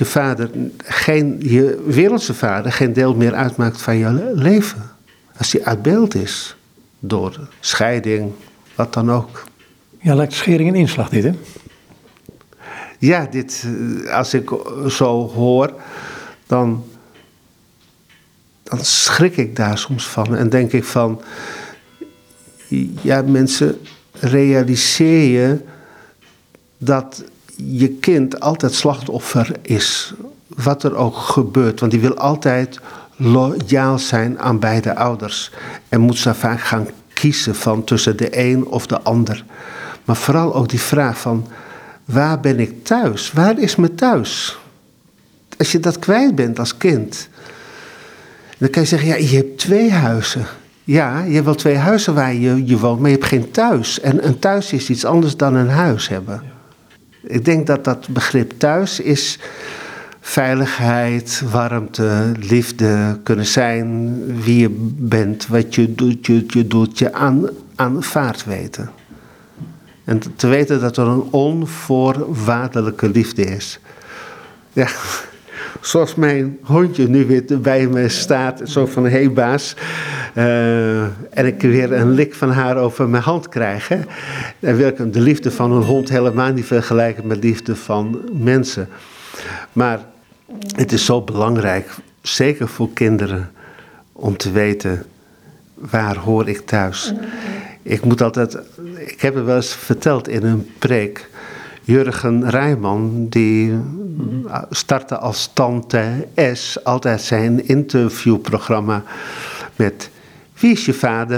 je wereldse vader geen deel meer uitmaakt van je leven? Als hij uit beeld is, door scheiding, wat dan ook. Ja, lijkt schering en inslag dit, hè? Ja, als ik zo hoor, dan schrik ik daar soms van. En denk ik van, ja mensen, realiseer je dat je kind altijd slachtoffer is. Wat er ook gebeurt. Want die wil altijd loyaal zijn aan beide ouders. En moet ze vaak gaan kiezen van tussen de een of de ander. Maar vooral ook die vraag van: waar ben ik thuis? Waar is mijn thuis? Als je dat kwijt bent als kind, dan kan je zeggen: ja, je hebt 2 huizen. Ja, je hebt wel 2 huizen waar je woont, maar je hebt geen thuis. En een thuis is iets anders dan een huis hebben. Ik denk dat dat begrip thuis is veiligheid, warmte, liefde kunnen zijn, wie je bent, wat je doet, je aanvaard weten. En te weten dat er een onvoorwaardelijke liefde is. Ja, zoals mijn hondje nu weer bij me staat, zo van: hey baas. En ik weer een lik van haar over mijn hand krijg. Hè? Dan wil ik de liefde van een hond helemaal niet vergelijken met de liefde van mensen. Maar het is zo belangrijk, zeker voor kinderen, om te weten: waar hoor ik thuis? Ik heb het wel eens verteld in een preek. Jurgen Rijman, die startte als Tante S altijd zijn interviewprogramma met: wie is je vader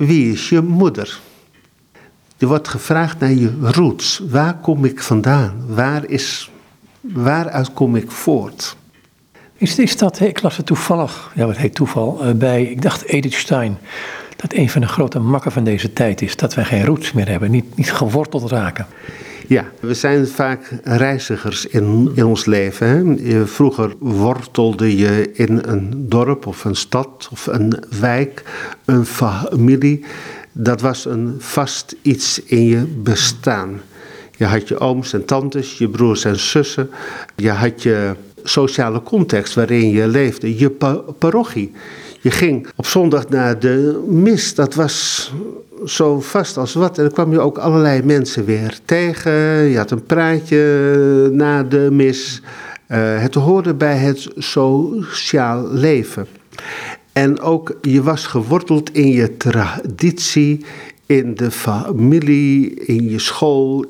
wie is je moeder? Je wordt gevraagd naar je roots. Waar kom ik vandaan? Waaruit kom ik voort? Is dat, ik las het toevallig, ja wat heet toeval, bij, ik dacht Edith Stein, dat een van de grote makken van deze tijd is, dat wij geen roots meer hebben, niet geworteld raken. Ja, we zijn vaak reizigers in ons leven. Hè? Vroeger wortelde je in een dorp of een stad of een wijk, een familie. Dat was een vast iets in je bestaan. Je had je ooms en tantes, je broers en zussen. Je had je sociale context waarin je leefde, je parochie. Je ging op zondag naar de mis, dat was zo vast als wat. En dan kwam je ook allerlei mensen weer tegen. Je had een praatje na de mis. Het hoorde bij het sociaal leven. En ook je was geworteld in je traditie, in de familie, in je school,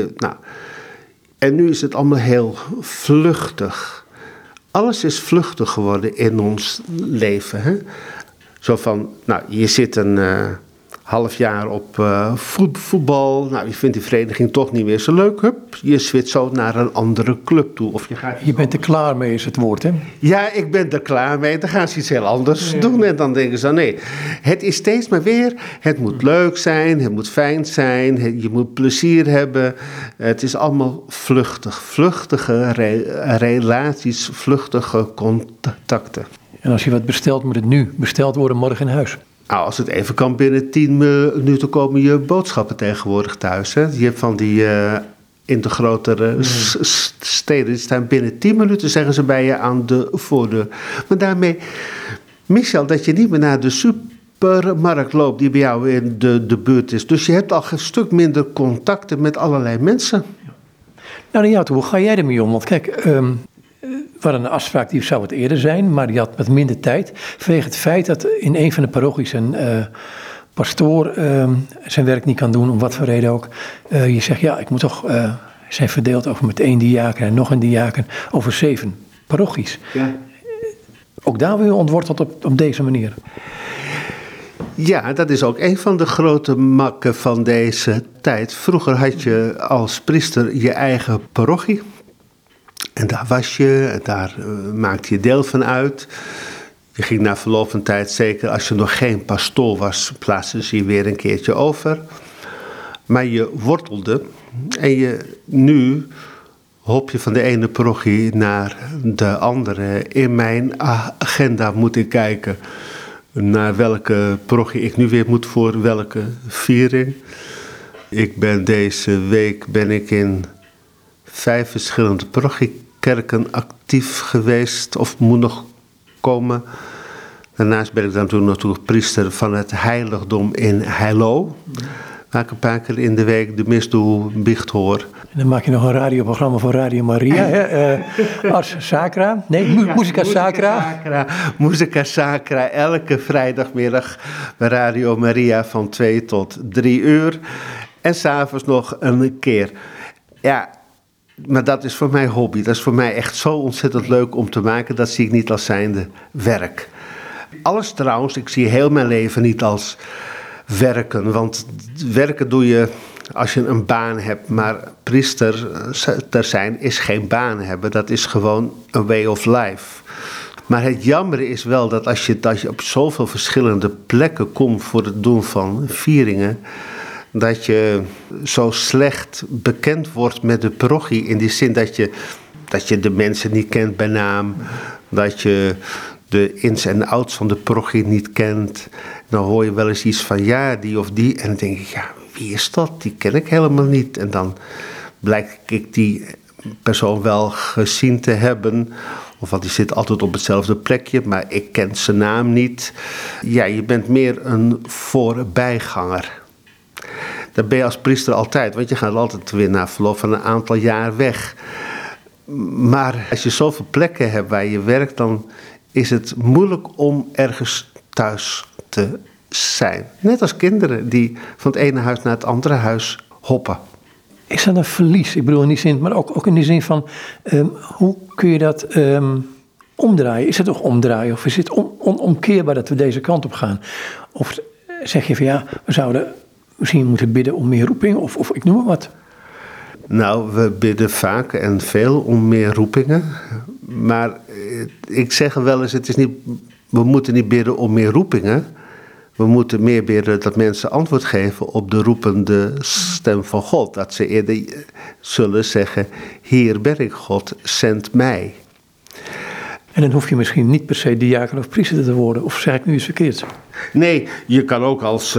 En nu is het allemaal heel vluchtig. Alles is vluchtig geworden in ons leven. Hè? Zo van, je zit een half jaar op voetbal. Je vindt die vereniging toch niet meer zo leuk. Hup, je switcht zo naar een andere club toe. Of je bent er klaar mee is het woord, hè? Ja, ik ben er klaar mee. Dan gaan ze iets heel anders doen. En dan denken ze, nee. Het is steeds maar weer, het moet leuk zijn, het moet fijn zijn, je moet plezier hebben. Het is allemaal vluchtig. Vluchtige relaties, vluchtige contacten. En als je wat bestelt, moet het nu besteld worden, morgen in huis. Als het even kan, binnen 10 minuten komen je boodschappen tegenwoordig thuis. Hè? Je hebt van die in de grotere steden, die staan binnen 10 minuten, zeggen ze bij je aan de voordeur. Maar daarmee mis je al dat je niet meer naar de supermarkt loopt die bij jou in de buurt is. Dus je hebt al een stuk minder contacten met allerlei mensen. Nou, naar jou toe, hoe ga jij ermee om? Want kijk, we hadden een afspraak, die zou het eerder zijn, maar die had wat minder tijd. Vanwege het feit dat in een van de parochies een pastoor zijn werk niet kan doen, om wat voor reden ook. Je zegt, ik moet toch, zijn verdeeld over met 1 diaken en nog een diaken over 7 parochies. Ja. Ook daar wil je ontworteld op deze manier. Ja, dat is ook een van de grote makken van deze tijd. Vroeger had je als priester je eigen parochie. En daar was je, en daar maakte je deel van uit. Je ging na verloop van tijd, zeker als je nog geen pastoor was, plaatste ze je weer een keertje over. Maar je wortelde en nu hop je van de ene parochie naar de andere. In mijn agenda moet ik kijken naar welke parochie ik nu weer moet voor welke viering. Deze week ben ik in 5 verschillende parochiekerken actief geweest of moet nog komen. Daarnaast ben ik dan toen natuurlijk priester van het heiligdom in Heilo. Waar ik een paar keer in de week de mis doe, biecht hoor. En dan maak je nog een radioprogramma voor Radio Maria, hè? Ars Sacra, Musica Sacra. Musica Sacra, elke vrijdagmiddag bij Radio Maria van 2 tot 3 uur. En 's avonds nog een keer. Ja, maar dat is voor mij hobby. Dat is voor mij echt zo ontzettend leuk om te maken. Dat zie ik niet als zijnde werk. Alles trouwens, ik zie heel mijn leven niet als werken. Want werken doe je als je een baan hebt. Maar priester te zijn is geen baan hebben. Dat is gewoon een way of life. Maar het jammere is wel dat als je op zoveel verschillende plekken komt voor het doen van vieringen, dat je zo slecht bekend wordt met de parochie. In die zin dat je de mensen niet kent bij naam. Dat je de ins en outs van de parochie niet kent. Dan hoor je wel eens iets van die of die. En dan denk ik, wie is dat? Die ken ik helemaal niet. En dan blijk ik die persoon wel gezien te hebben. Of want die zit altijd op hetzelfde plekje, maar ik ken zijn naam niet. Ja, je bent meer een voorbijganger. Dat ben je als priester altijd, want je gaat altijd weer na verloop van een aantal jaar weg. Maar als je zoveel plekken hebt waar je werkt, dan is het moeilijk om ergens thuis te zijn. Net als kinderen die van het ene huis naar het andere huis hoppen. Is dat een verlies? Ik bedoel in die zin, maar ook in die zin van, hoe kun je dat omdraaien? Is het toch omdraaien of is het onomkeerbaar dat we deze kant op gaan? Of zeg je van ja, we zouden misschien moeten bidden om meer roeping of ik noem maar wat. Nou, we bidden vaak en veel om meer roepingen. Maar ik zeg wel eens, we moeten niet bidden om meer roepingen. We moeten meer bidden dat mensen antwoord geven op de roepende stem van God. Dat ze eerder zullen zeggen, hier ben ik God, zend mij. En dan hoef je misschien niet per se diaken of priester te worden. Of zeg ik nu iets verkeerd? Nee, je kan ook als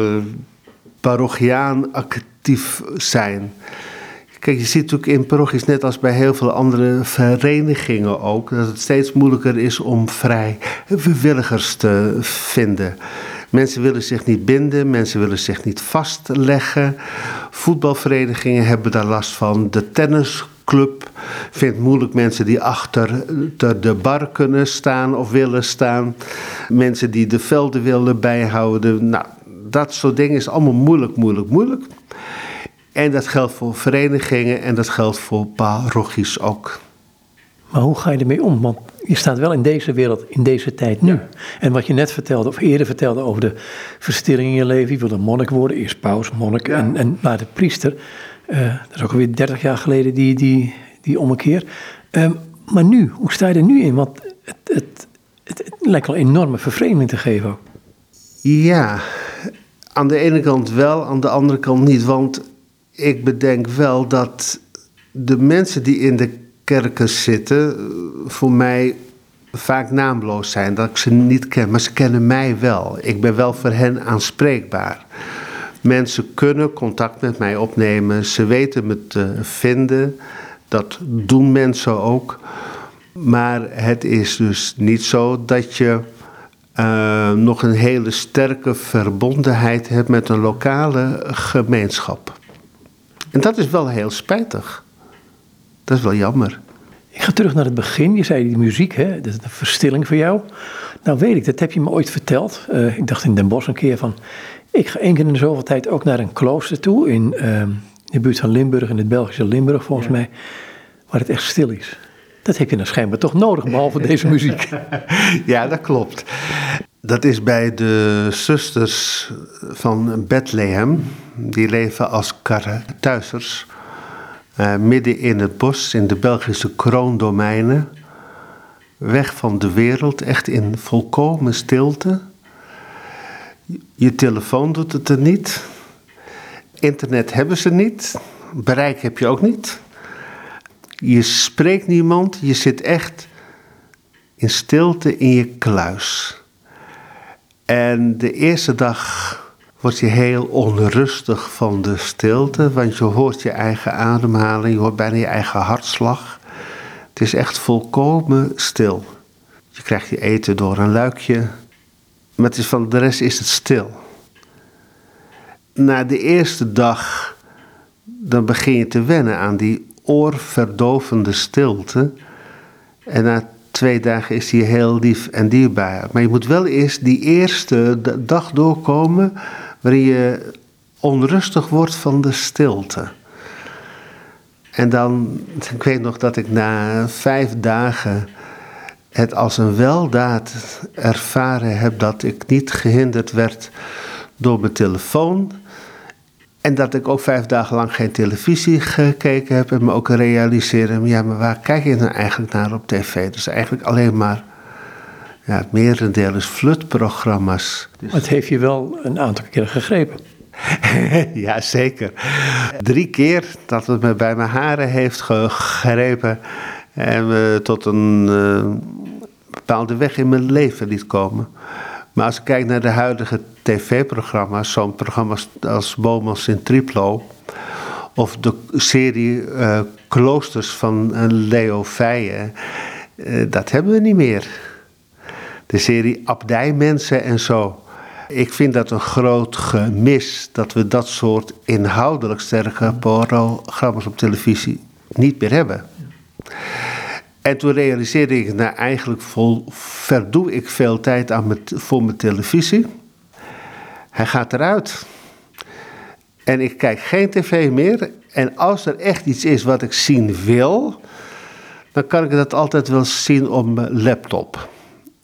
parochiaan actief zijn. Kijk, je ziet natuurlijk in parochies, net als bij heel veel andere verenigingen ook, dat het steeds moeilijker is om vrij vrijwilligers te vinden. Mensen willen zich niet binden, mensen willen zich niet vastleggen. Voetbalverenigingen hebben daar last van. De tennisclub vindt moeilijk mensen die achter de bar kunnen staan of willen staan. Mensen die de velden willen bijhouden. Nou, dat soort dingen is allemaal moeilijk. En dat geldt voor verenigingen en dat geldt voor parochies ook. Maar hoe ga je ermee om? Want je staat wel in deze wereld, in deze tijd nu. Ja. En wat je net vertelde, of eerder vertelde over de verstilling in je leven. Je wilde monnik worden, eerst paus, monnik en later priester. Dat is ook alweer 30 jaar geleden die ommekeer. Maar nu, hoe sta je er nu in? Want het lijkt wel een enorme vervreemding te geven ook. Ja, aan de ene kant wel, aan de andere kant niet. Want ik bedenk wel dat de mensen die in de kerken zitten voor mij vaak naamloos zijn. Dat ik ze niet ken, maar ze kennen mij wel. Ik ben wel voor hen aanspreekbaar. Mensen kunnen contact met mij opnemen. Ze weten me te vinden. Dat doen mensen ook. Maar het is dus niet zo dat je nog een hele sterke verbondenheid hebt met een lokale gemeenschap. En dat is wel heel spijtig. Dat is wel jammer. Ik ga terug naar het begin. Je zei die muziek, hè? Dat is een verstilling voor jou. Nou weet ik, dat heb je me ooit verteld. Ik dacht in Den Bosch een keer van, ik ga 1 keer in de zoveel tijd ook naar een klooster toe. In de buurt van Limburg, in het Belgische Limburg volgens mij. Waar het echt stil is. Dat heb je dan schijnbaar toch nodig, behalve deze muziek. Ja, dat klopt. Dat is bij de zusters van Bethlehem. Die leven als kartuizers. Midden in het bos, in de Belgische kroondomeinen. Weg van de wereld, echt in volkomen stilte. Je telefoon doet het er niet. Internet hebben ze niet. Bereik heb je ook niet. Je spreekt niemand, je zit echt in stilte in je kluis. En de eerste dag word je heel onrustig van de stilte, want je hoort je eigen ademhaling, je hoort bijna je eigen hartslag. Het is echt volkomen stil. Je krijgt je eten door een luikje, maar het is van de rest is het stil. Na de eerste dag, dan begin je te wennen aan die oorverdovende stilte. En na 2 dagen is die heel lief en dierbaar. Maar je moet wel eerst die eerste dag doorkomen waarin je onrustig wordt van de stilte. En dan, ik weet nog dat ik na 5 dagen het als een weldaad ervaren heb dat ik niet gehinderd werd door mijn telefoon. En dat ik ook 5 dagen lang geen televisie gekeken heb. En me ook realiseren, ja, maar waar kijk je nou eigenlijk naar op tv? Dus eigenlijk alleen maar, ja, het merendeel is flutprogramma's. Dus... Het heeft je wel een aantal keer gegrepen. Ja, zeker. 3 keer dat het me bij mijn haren heeft gegrepen. En me tot een bepaalde weg in mijn leven liet komen. Maar als ik kijk naar de huidige tv-programma's, zo'n programma's als Bomans in Triplo, of de serie Kloosters van Leo Feijen, dat hebben we niet meer. De serie Abdijmensen en zo. Ik vind dat een groot gemis dat we dat soort inhoudelijk sterke programma's op televisie niet meer hebben. En toen realiseerde ik, nou eigenlijk verdoe ik veel tijd aan voor mijn televisie. Hij gaat eruit. En ik kijk geen tv meer. En als er echt iets is wat ik zien wil, dan kan ik dat altijd wel zien op mijn laptop.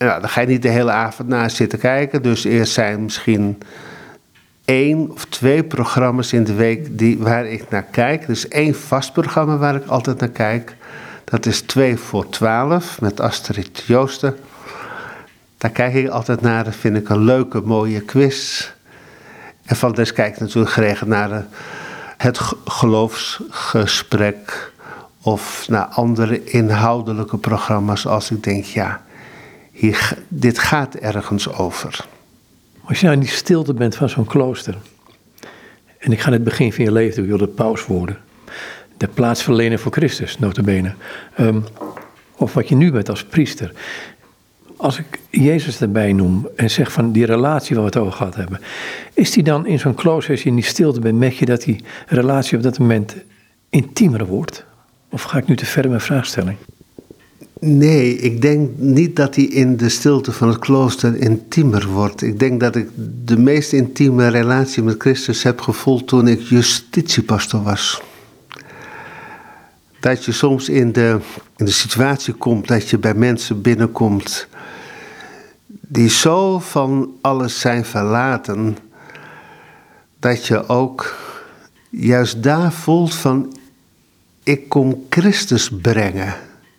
Nou, dan ga je niet de hele avond naar zitten kijken. Dus eerst zijn misschien 1 of 2 programma's in de week waar ik naar kijk. Dus 1 vast programma waar ik altijd naar kijk. Dat is 2 voor 12 met Astrid Joosten. Daar kijk ik altijd naar. Dat vind ik een leuke, mooie quiz. En van des kijk ik natuurlijk geregeld naar het geloofsgesprek. Of naar andere inhoudelijke programma's als ik denk, ja, dit gaat ergens over. Als je nou in die stilte bent van zo'n klooster. En ik ga het begin van je leven doen, je wil de paus worden. De plaats verlenen voor Christus, nota bene. Of wat je nu bent als priester. Als ik Jezus erbij noem en zeg van die relatie waar we het over gehad hebben. Is die dan in zo'n klooster, als je in die stilte bent, merk je dat die relatie op dat moment intiemer wordt? Of ga ik nu te ver in mijn vraagstelling? Nee, ik denk niet dat hij in de stilte van het klooster intiemer wordt. Ik denk dat ik de meest intieme relatie met Christus heb gevoeld toen ik justitiepastor was. Dat je soms in de situatie komt dat je bij mensen binnenkomt die zo van alles zijn verlaten, dat je ook juist daar voelt van, ik kom Christus brengen.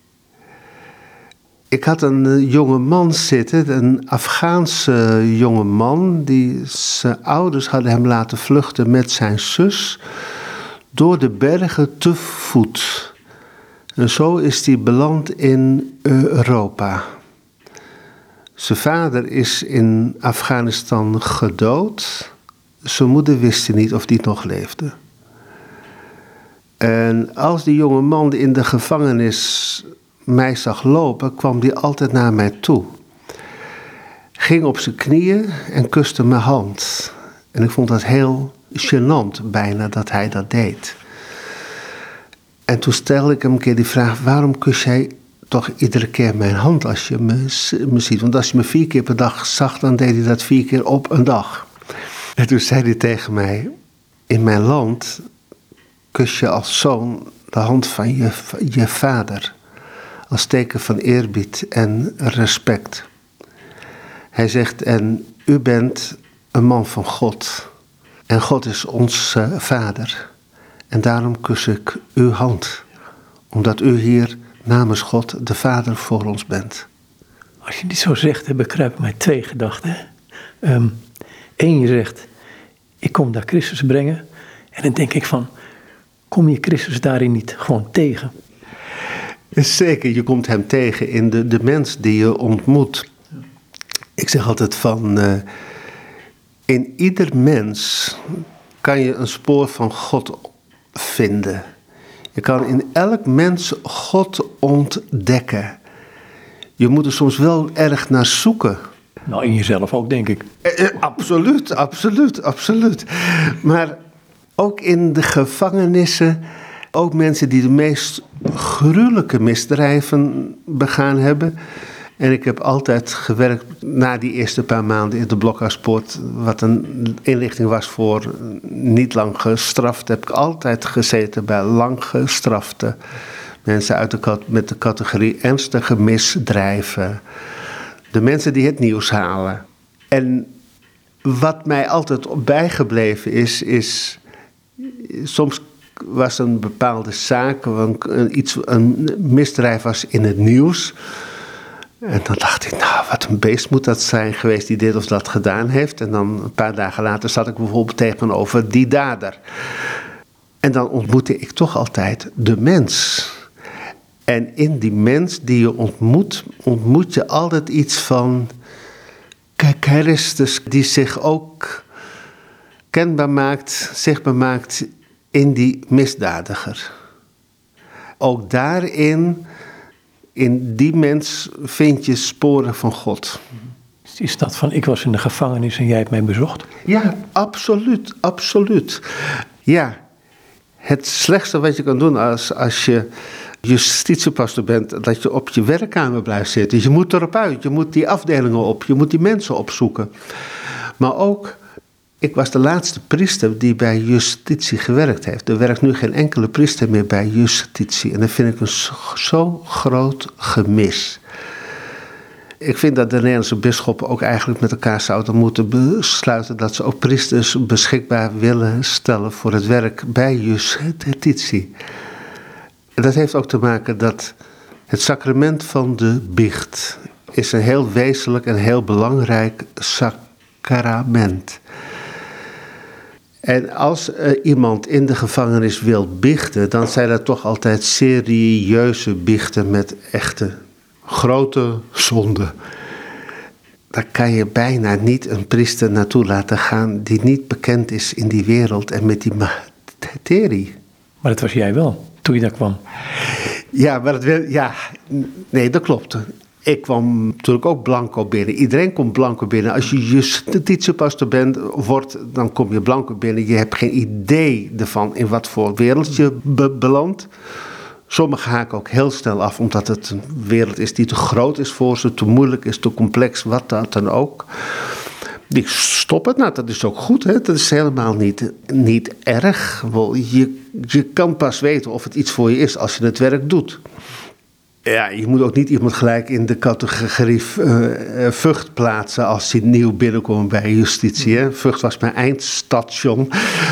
Ik had een jonge man zitten, een Afghaanse jonge man, die zijn ouders hadden hem laten vluchten met zijn zus door de bergen te voet. En zo is hij beland in Europa. Zijn vader is in Afghanistan gedood. Zijn moeder wist niet of die nog leefde. En als die jonge man in de gevangenis mij zag lopen, kwam die altijd naar mij toe. Ging op zijn knieën en kuste mijn hand. En ik vond dat heel gênant bijna dat hij dat deed. En toen stelde ik hem een keer die vraag, waarom kus jij toch iedere keer mijn hand als je me ziet? Want als je me 4 keer per dag zag, dan deed hij dat 4 keer op een dag. En toen zei hij tegen mij, in mijn land kus je als zoon de hand van je vader. Als teken van eerbied en respect. Hij zegt, en u bent een man van God. En God is ons vader. En daarom kus ik uw hand. Omdat u hier namens God de vader voor ons bent. Als je dit zo zegt, dan bekruipen mij 2 gedachten. 1, je zegt, ik kom daar Christus brengen. En dan denk ik van, kom je Christus daarin niet gewoon tegen? Zeker, je komt hem tegen in de mens die je ontmoet. Ik zeg altijd van, in ieder mens kan je een spoor van God vinden. Je kan in elk mens God ontdekken. Je moet er soms wel erg naar zoeken. Nou, in jezelf ook, denk ik. Absoluut. Maar ook in de gevangenissen, ook mensen die de meest gruwelijke misdrijven begaan hebben. En ik heb altijd gewerkt na die eerste paar maanden in de Blokhuispoort, wat een inrichting was voor niet lang gestraft. Heb ik altijd gezeten bij lang gestrafte mensen met de categorie ernstige misdrijven. De mensen die het nieuws halen. En wat mij altijd bijgebleven is soms was een bepaalde zaak, een misdrijf was in het nieuws. En dan dacht ik, nou, wat een beest moet dat zijn geweest die dit of dat gedaan heeft. En dan een paar dagen later zat ik bijvoorbeeld tegenover die dader. En dan ontmoette ik toch altijd de mens. En in die mens die je ontmoet je altijd iets van Christus, die zich ook kenbaar maakt, zichtbaar maakt in die misdadiger. Ook daarin, in die mens vind je sporen van God. Is dat van, ik was in de gevangenis en jij hebt mij bezocht? Ja, absoluut. Ja, het slechtste wat je kan doen als je justitiepastor bent, dat je op je werkkamer blijft zitten. Je moet erop uit, je moet die afdelingen op, je moet die mensen opzoeken. Maar ook, ik was de laatste priester die bij justitie gewerkt heeft. Er werkt nu geen enkele priester meer bij justitie. En dat vind ik een zo groot gemis. Ik vind dat de Nederlandse bisschoppen ook eigenlijk met elkaar zouden moeten besluiten dat ze ook priesters beschikbaar willen stellen voor het werk bij justitie. En dat heeft ook te maken dat het sacrament van de biecht is een heel wezenlijk en heel belangrijk sacrament. En als iemand in de gevangenis wil biechten, dan zijn dat toch altijd serieuze biechten met echte grote zonden. Daar kan je bijna niet een priester naartoe laten gaan die niet bekend is in die wereld en met die materie. Maar dat was jij wel, toen je daar kwam. Ja, maar nee, dat klopt. Ik kwam natuurlijk ook blanco binnen. Iedereen komt blanco binnen. Als je justitiepastor wordt, dan kom je blanco binnen. Je hebt geen idee ervan in wat voor wereld je belandt. Sommigen haken ook heel snel af, omdat het een wereld is die te groot is voor ze, te moeilijk is, te complex, wat dat dan ook. Die stoppen, nou dat is ook goed, hè? Dat is helemaal niet erg. Je kan pas weten of het iets voor je is als je het werk doet. Ja, je moet ook niet iemand gelijk in de categorie Vught plaatsen als hij nieuw binnenkomt bij justitie. Hè? Vught was mijn eindstation.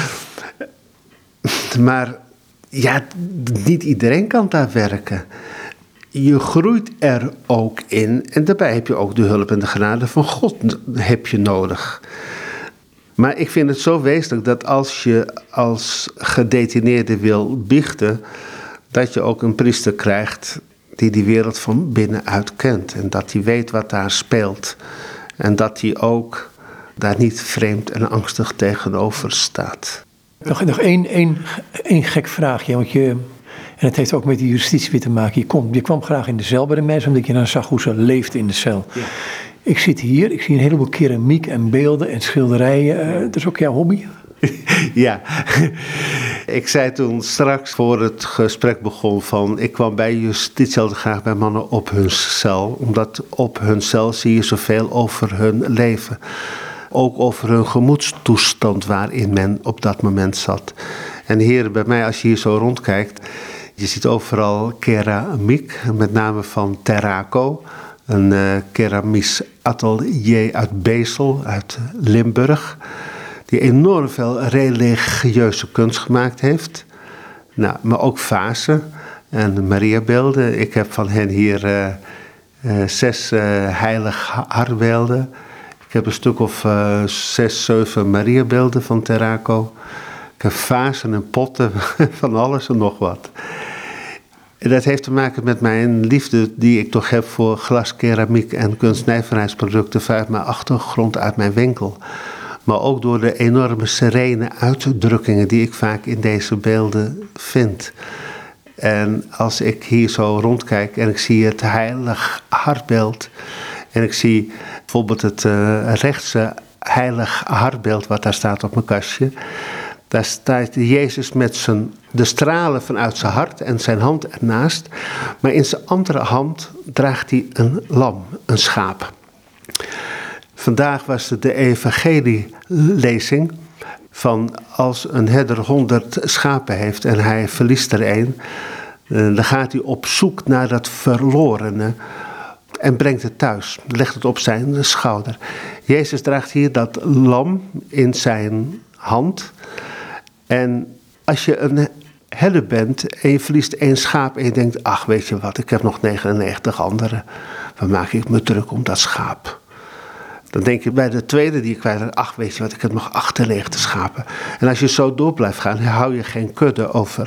Maar ja, niet iedereen kan daar werken. Je groeit er ook in en daarbij heb je ook de hulp en de genade van God heb je nodig. Maar ik vind het zo wezenlijk dat als je als gedetineerde wil biechten, dat je ook een priester krijgt die die wereld van binnenuit kent. En dat hij weet wat daar speelt. En dat hij ook daar niet vreemd en angstig tegenover staat. Nog één gek vraagje, want en het heeft ook met die justitie weer te maken. Je kwam graag in de cel bij de mensen, omdat je dan zag hoe ze leefden in de cel. Ja. Ik zit hier, ik zie een heleboel keramiek en beelden en schilderijen. Dat is ook jouw hobby? Ja, ik zei toen straks voor het gesprek begon van, ik kwam bij justitie altijd graag bij mannen op hun cel. Omdat op hun cel zie je zoveel over hun leven. Ook over hun gemoedstoestand waarin men op dat moment zat. En hier bij mij, als je hier zo rondkijkt, je ziet overal keramiek, met name van Terraco. Een keramisch atelier uit Bezel, uit Limburg, die enorm veel religieuze kunst gemaakt heeft. Nou, maar ook vazen en Mariabeelden. Ik heb van hen hier 6 heilig hartbeelden. Ik heb een stuk of 6, 7 Mariabeelden van Terraco. Ik heb vazen en potten van alles en nog wat. En dat heeft te maken met mijn liefde die ik toch heb voor glas, keramiek en kunstnijverheidsproducten vanuit mijn achtergrond, uit mijn winkel. Maar ook door de enorme serene uitdrukkingen die ik vaak in deze beelden vind. En als ik hier zo rondkijk en ik zie het heilig hartbeeld en ik zie bijvoorbeeld het rechtse heilig hartbeeld wat daar staat op mijn kastje. Daar staat Jezus met de stralen vanuit zijn hart en zijn hand ernaast. Maar in zijn andere hand draagt hij een lam, een schaap. Vandaag was het de evangelielezing van als een herder 100 schapen heeft en hij verliest er 1. Dan gaat hij op zoek naar dat verlorene en brengt het thuis. Legt het op zijn schouder. Jezus draagt hier dat lam in zijn hand. En als je een herder bent en je verliest 1 schaap en je denkt, ach weet je wat, ik heb nog 99 andere. Dan maak ik me druk om dat schaap. Dan denk je bij de tweede die je kwijt raakt, ach weet je wat, ik heb nog 98 schapen. En als je zo door blijft gaan, dan hou je geen kudde over.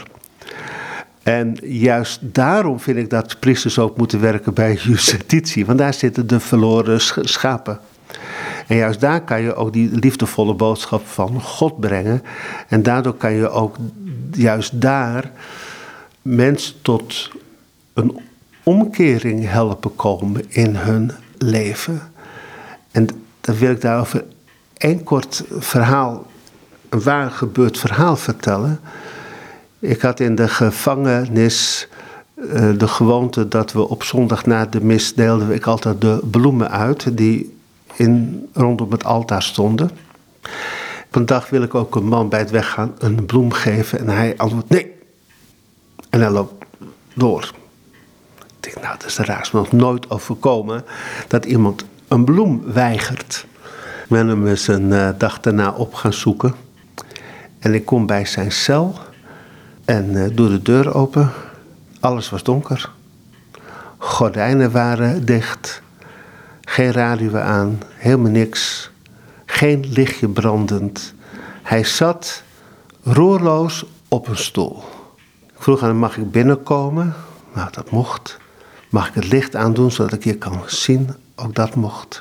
En juist daarom vind ik dat priesters ook moeten werken bij justitie. Want daar zitten de verloren schapen. En juist daar kan je ook die liefdevolle boodschap van God brengen. En daardoor kan je ook juist daar mensen tot een omkering helpen komen in hun leven. En dan wil ik daarover 1 kort verhaal, een waar gebeurd verhaal vertellen. Ik had in de gevangenis de gewoonte dat we op zondag na de mis deelden ik altijd de bloemen uit die rondom het altaar stonden. Op een dag wil ik ook een man bij het weggaan een bloem geven en hij antwoordt nee. En hij loopt door. Ik Ik denk, nou, dat is de raarste, nog nooit overkomen dat iemand een bloem weigert. Ik ben hem eens een dag daarna op gaan zoeken. En ik kom bij zijn cel en doe de deur open. Alles was donker. Gordijnen waren dicht. Geen radio aan, helemaal niks. Geen lichtje brandend. Hij zat roerloos op een stoel. Ik vroeg aan hem, mag ik binnenkomen? Nou, dat mocht. Mag ik het licht aandoen, zodat ik je kan zien? Ook dat mocht.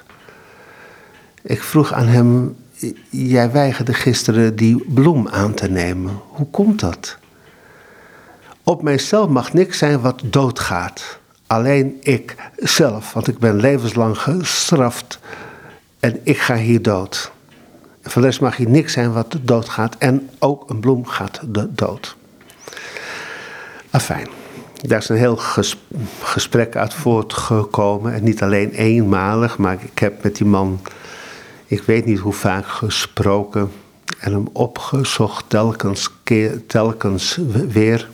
Ik vroeg aan hem, jij weigerde gisteren die bloem aan te nemen. Hoe komt dat? Op mijzelf mag niks zijn wat doodgaat. Alleen ik zelf, want ik ben levenslang gestraft en ik ga hier dood. Voor de rest mag hier niks zijn wat doodgaat en ook een bloem gaat dood. Afijn, daar is een heel gesprek uit voortgekomen. En niet alleen eenmalig, maar ik heb met die man, ik weet niet hoe vaak gesproken en hem opgezocht telkens weer.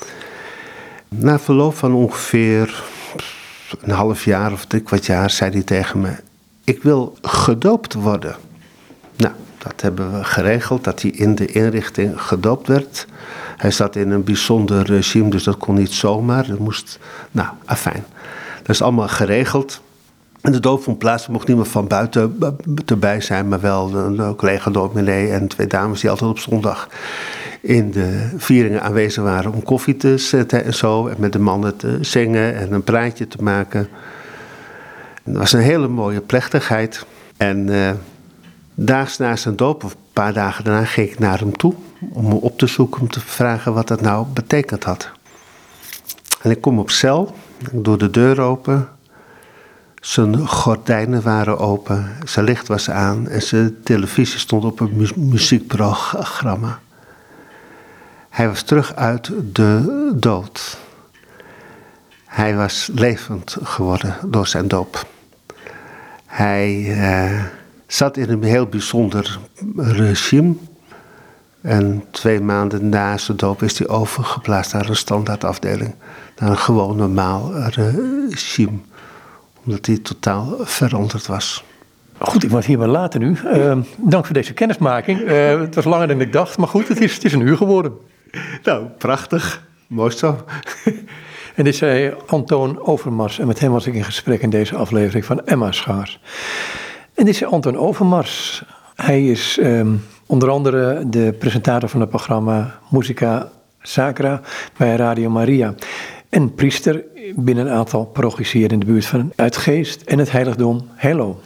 Na verloop van ongeveer een half jaar of 3/4 jaar zei hij tegen me, ik wil gedoopt worden. Nou, dat hebben we geregeld, dat hij in de inrichting gedoopt werd. Hij zat in een bijzonder regime, dus dat kon niet zomaar. Dat moest, nou, afijn. Dat is allemaal geregeld. En de doop vond plaats, er mocht niemand van buiten erbij zijn, maar wel een collega dominee en 2 dames die altijd op zondag in de vieringen aanwezig waren om koffie te zetten en zo. En met de mannen te zingen en een praatje te maken. Het was een hele mooie plechtigheid. En daags na zijn doop, of een paar dagen daarna, ging ik naar hem toe om hem op te zoeken, om te vragen wat dat nou betekend had. En ik kom op cel, ik doe de deur open. Zijn gordijnen waren open, zijn licht was aan en zijn televisie stond op een muziekprogramma. Hij was terug uit de dood. Hij was levend geworden door zijn doop. Hij zat in een heel bijzonder regime. En 2 maanden na zijn doop is hij overgeplaatst naar een standaardafdeling. Naar een gewoon normaal regime. Omdat hij totaal veranderd was. Goed, ik word hierbij later nu. Dank voor deze kennismaking. Het was langer dan ik dacht, maar goed, het is een uur geworden. Nou, prachtig. Mooi zo. En dit zei Antoon Overmars. En met hem was ik in gesprek in deze aflevering van Emma Schaars. En dit zei Antoon Overmars. Hij is onder andere de presentator van het programma Musica Sacra bij Radio Maria. En priester binnen een aantal parochies hier in de buurt van Uitgeest en het heiligdom Hengelo.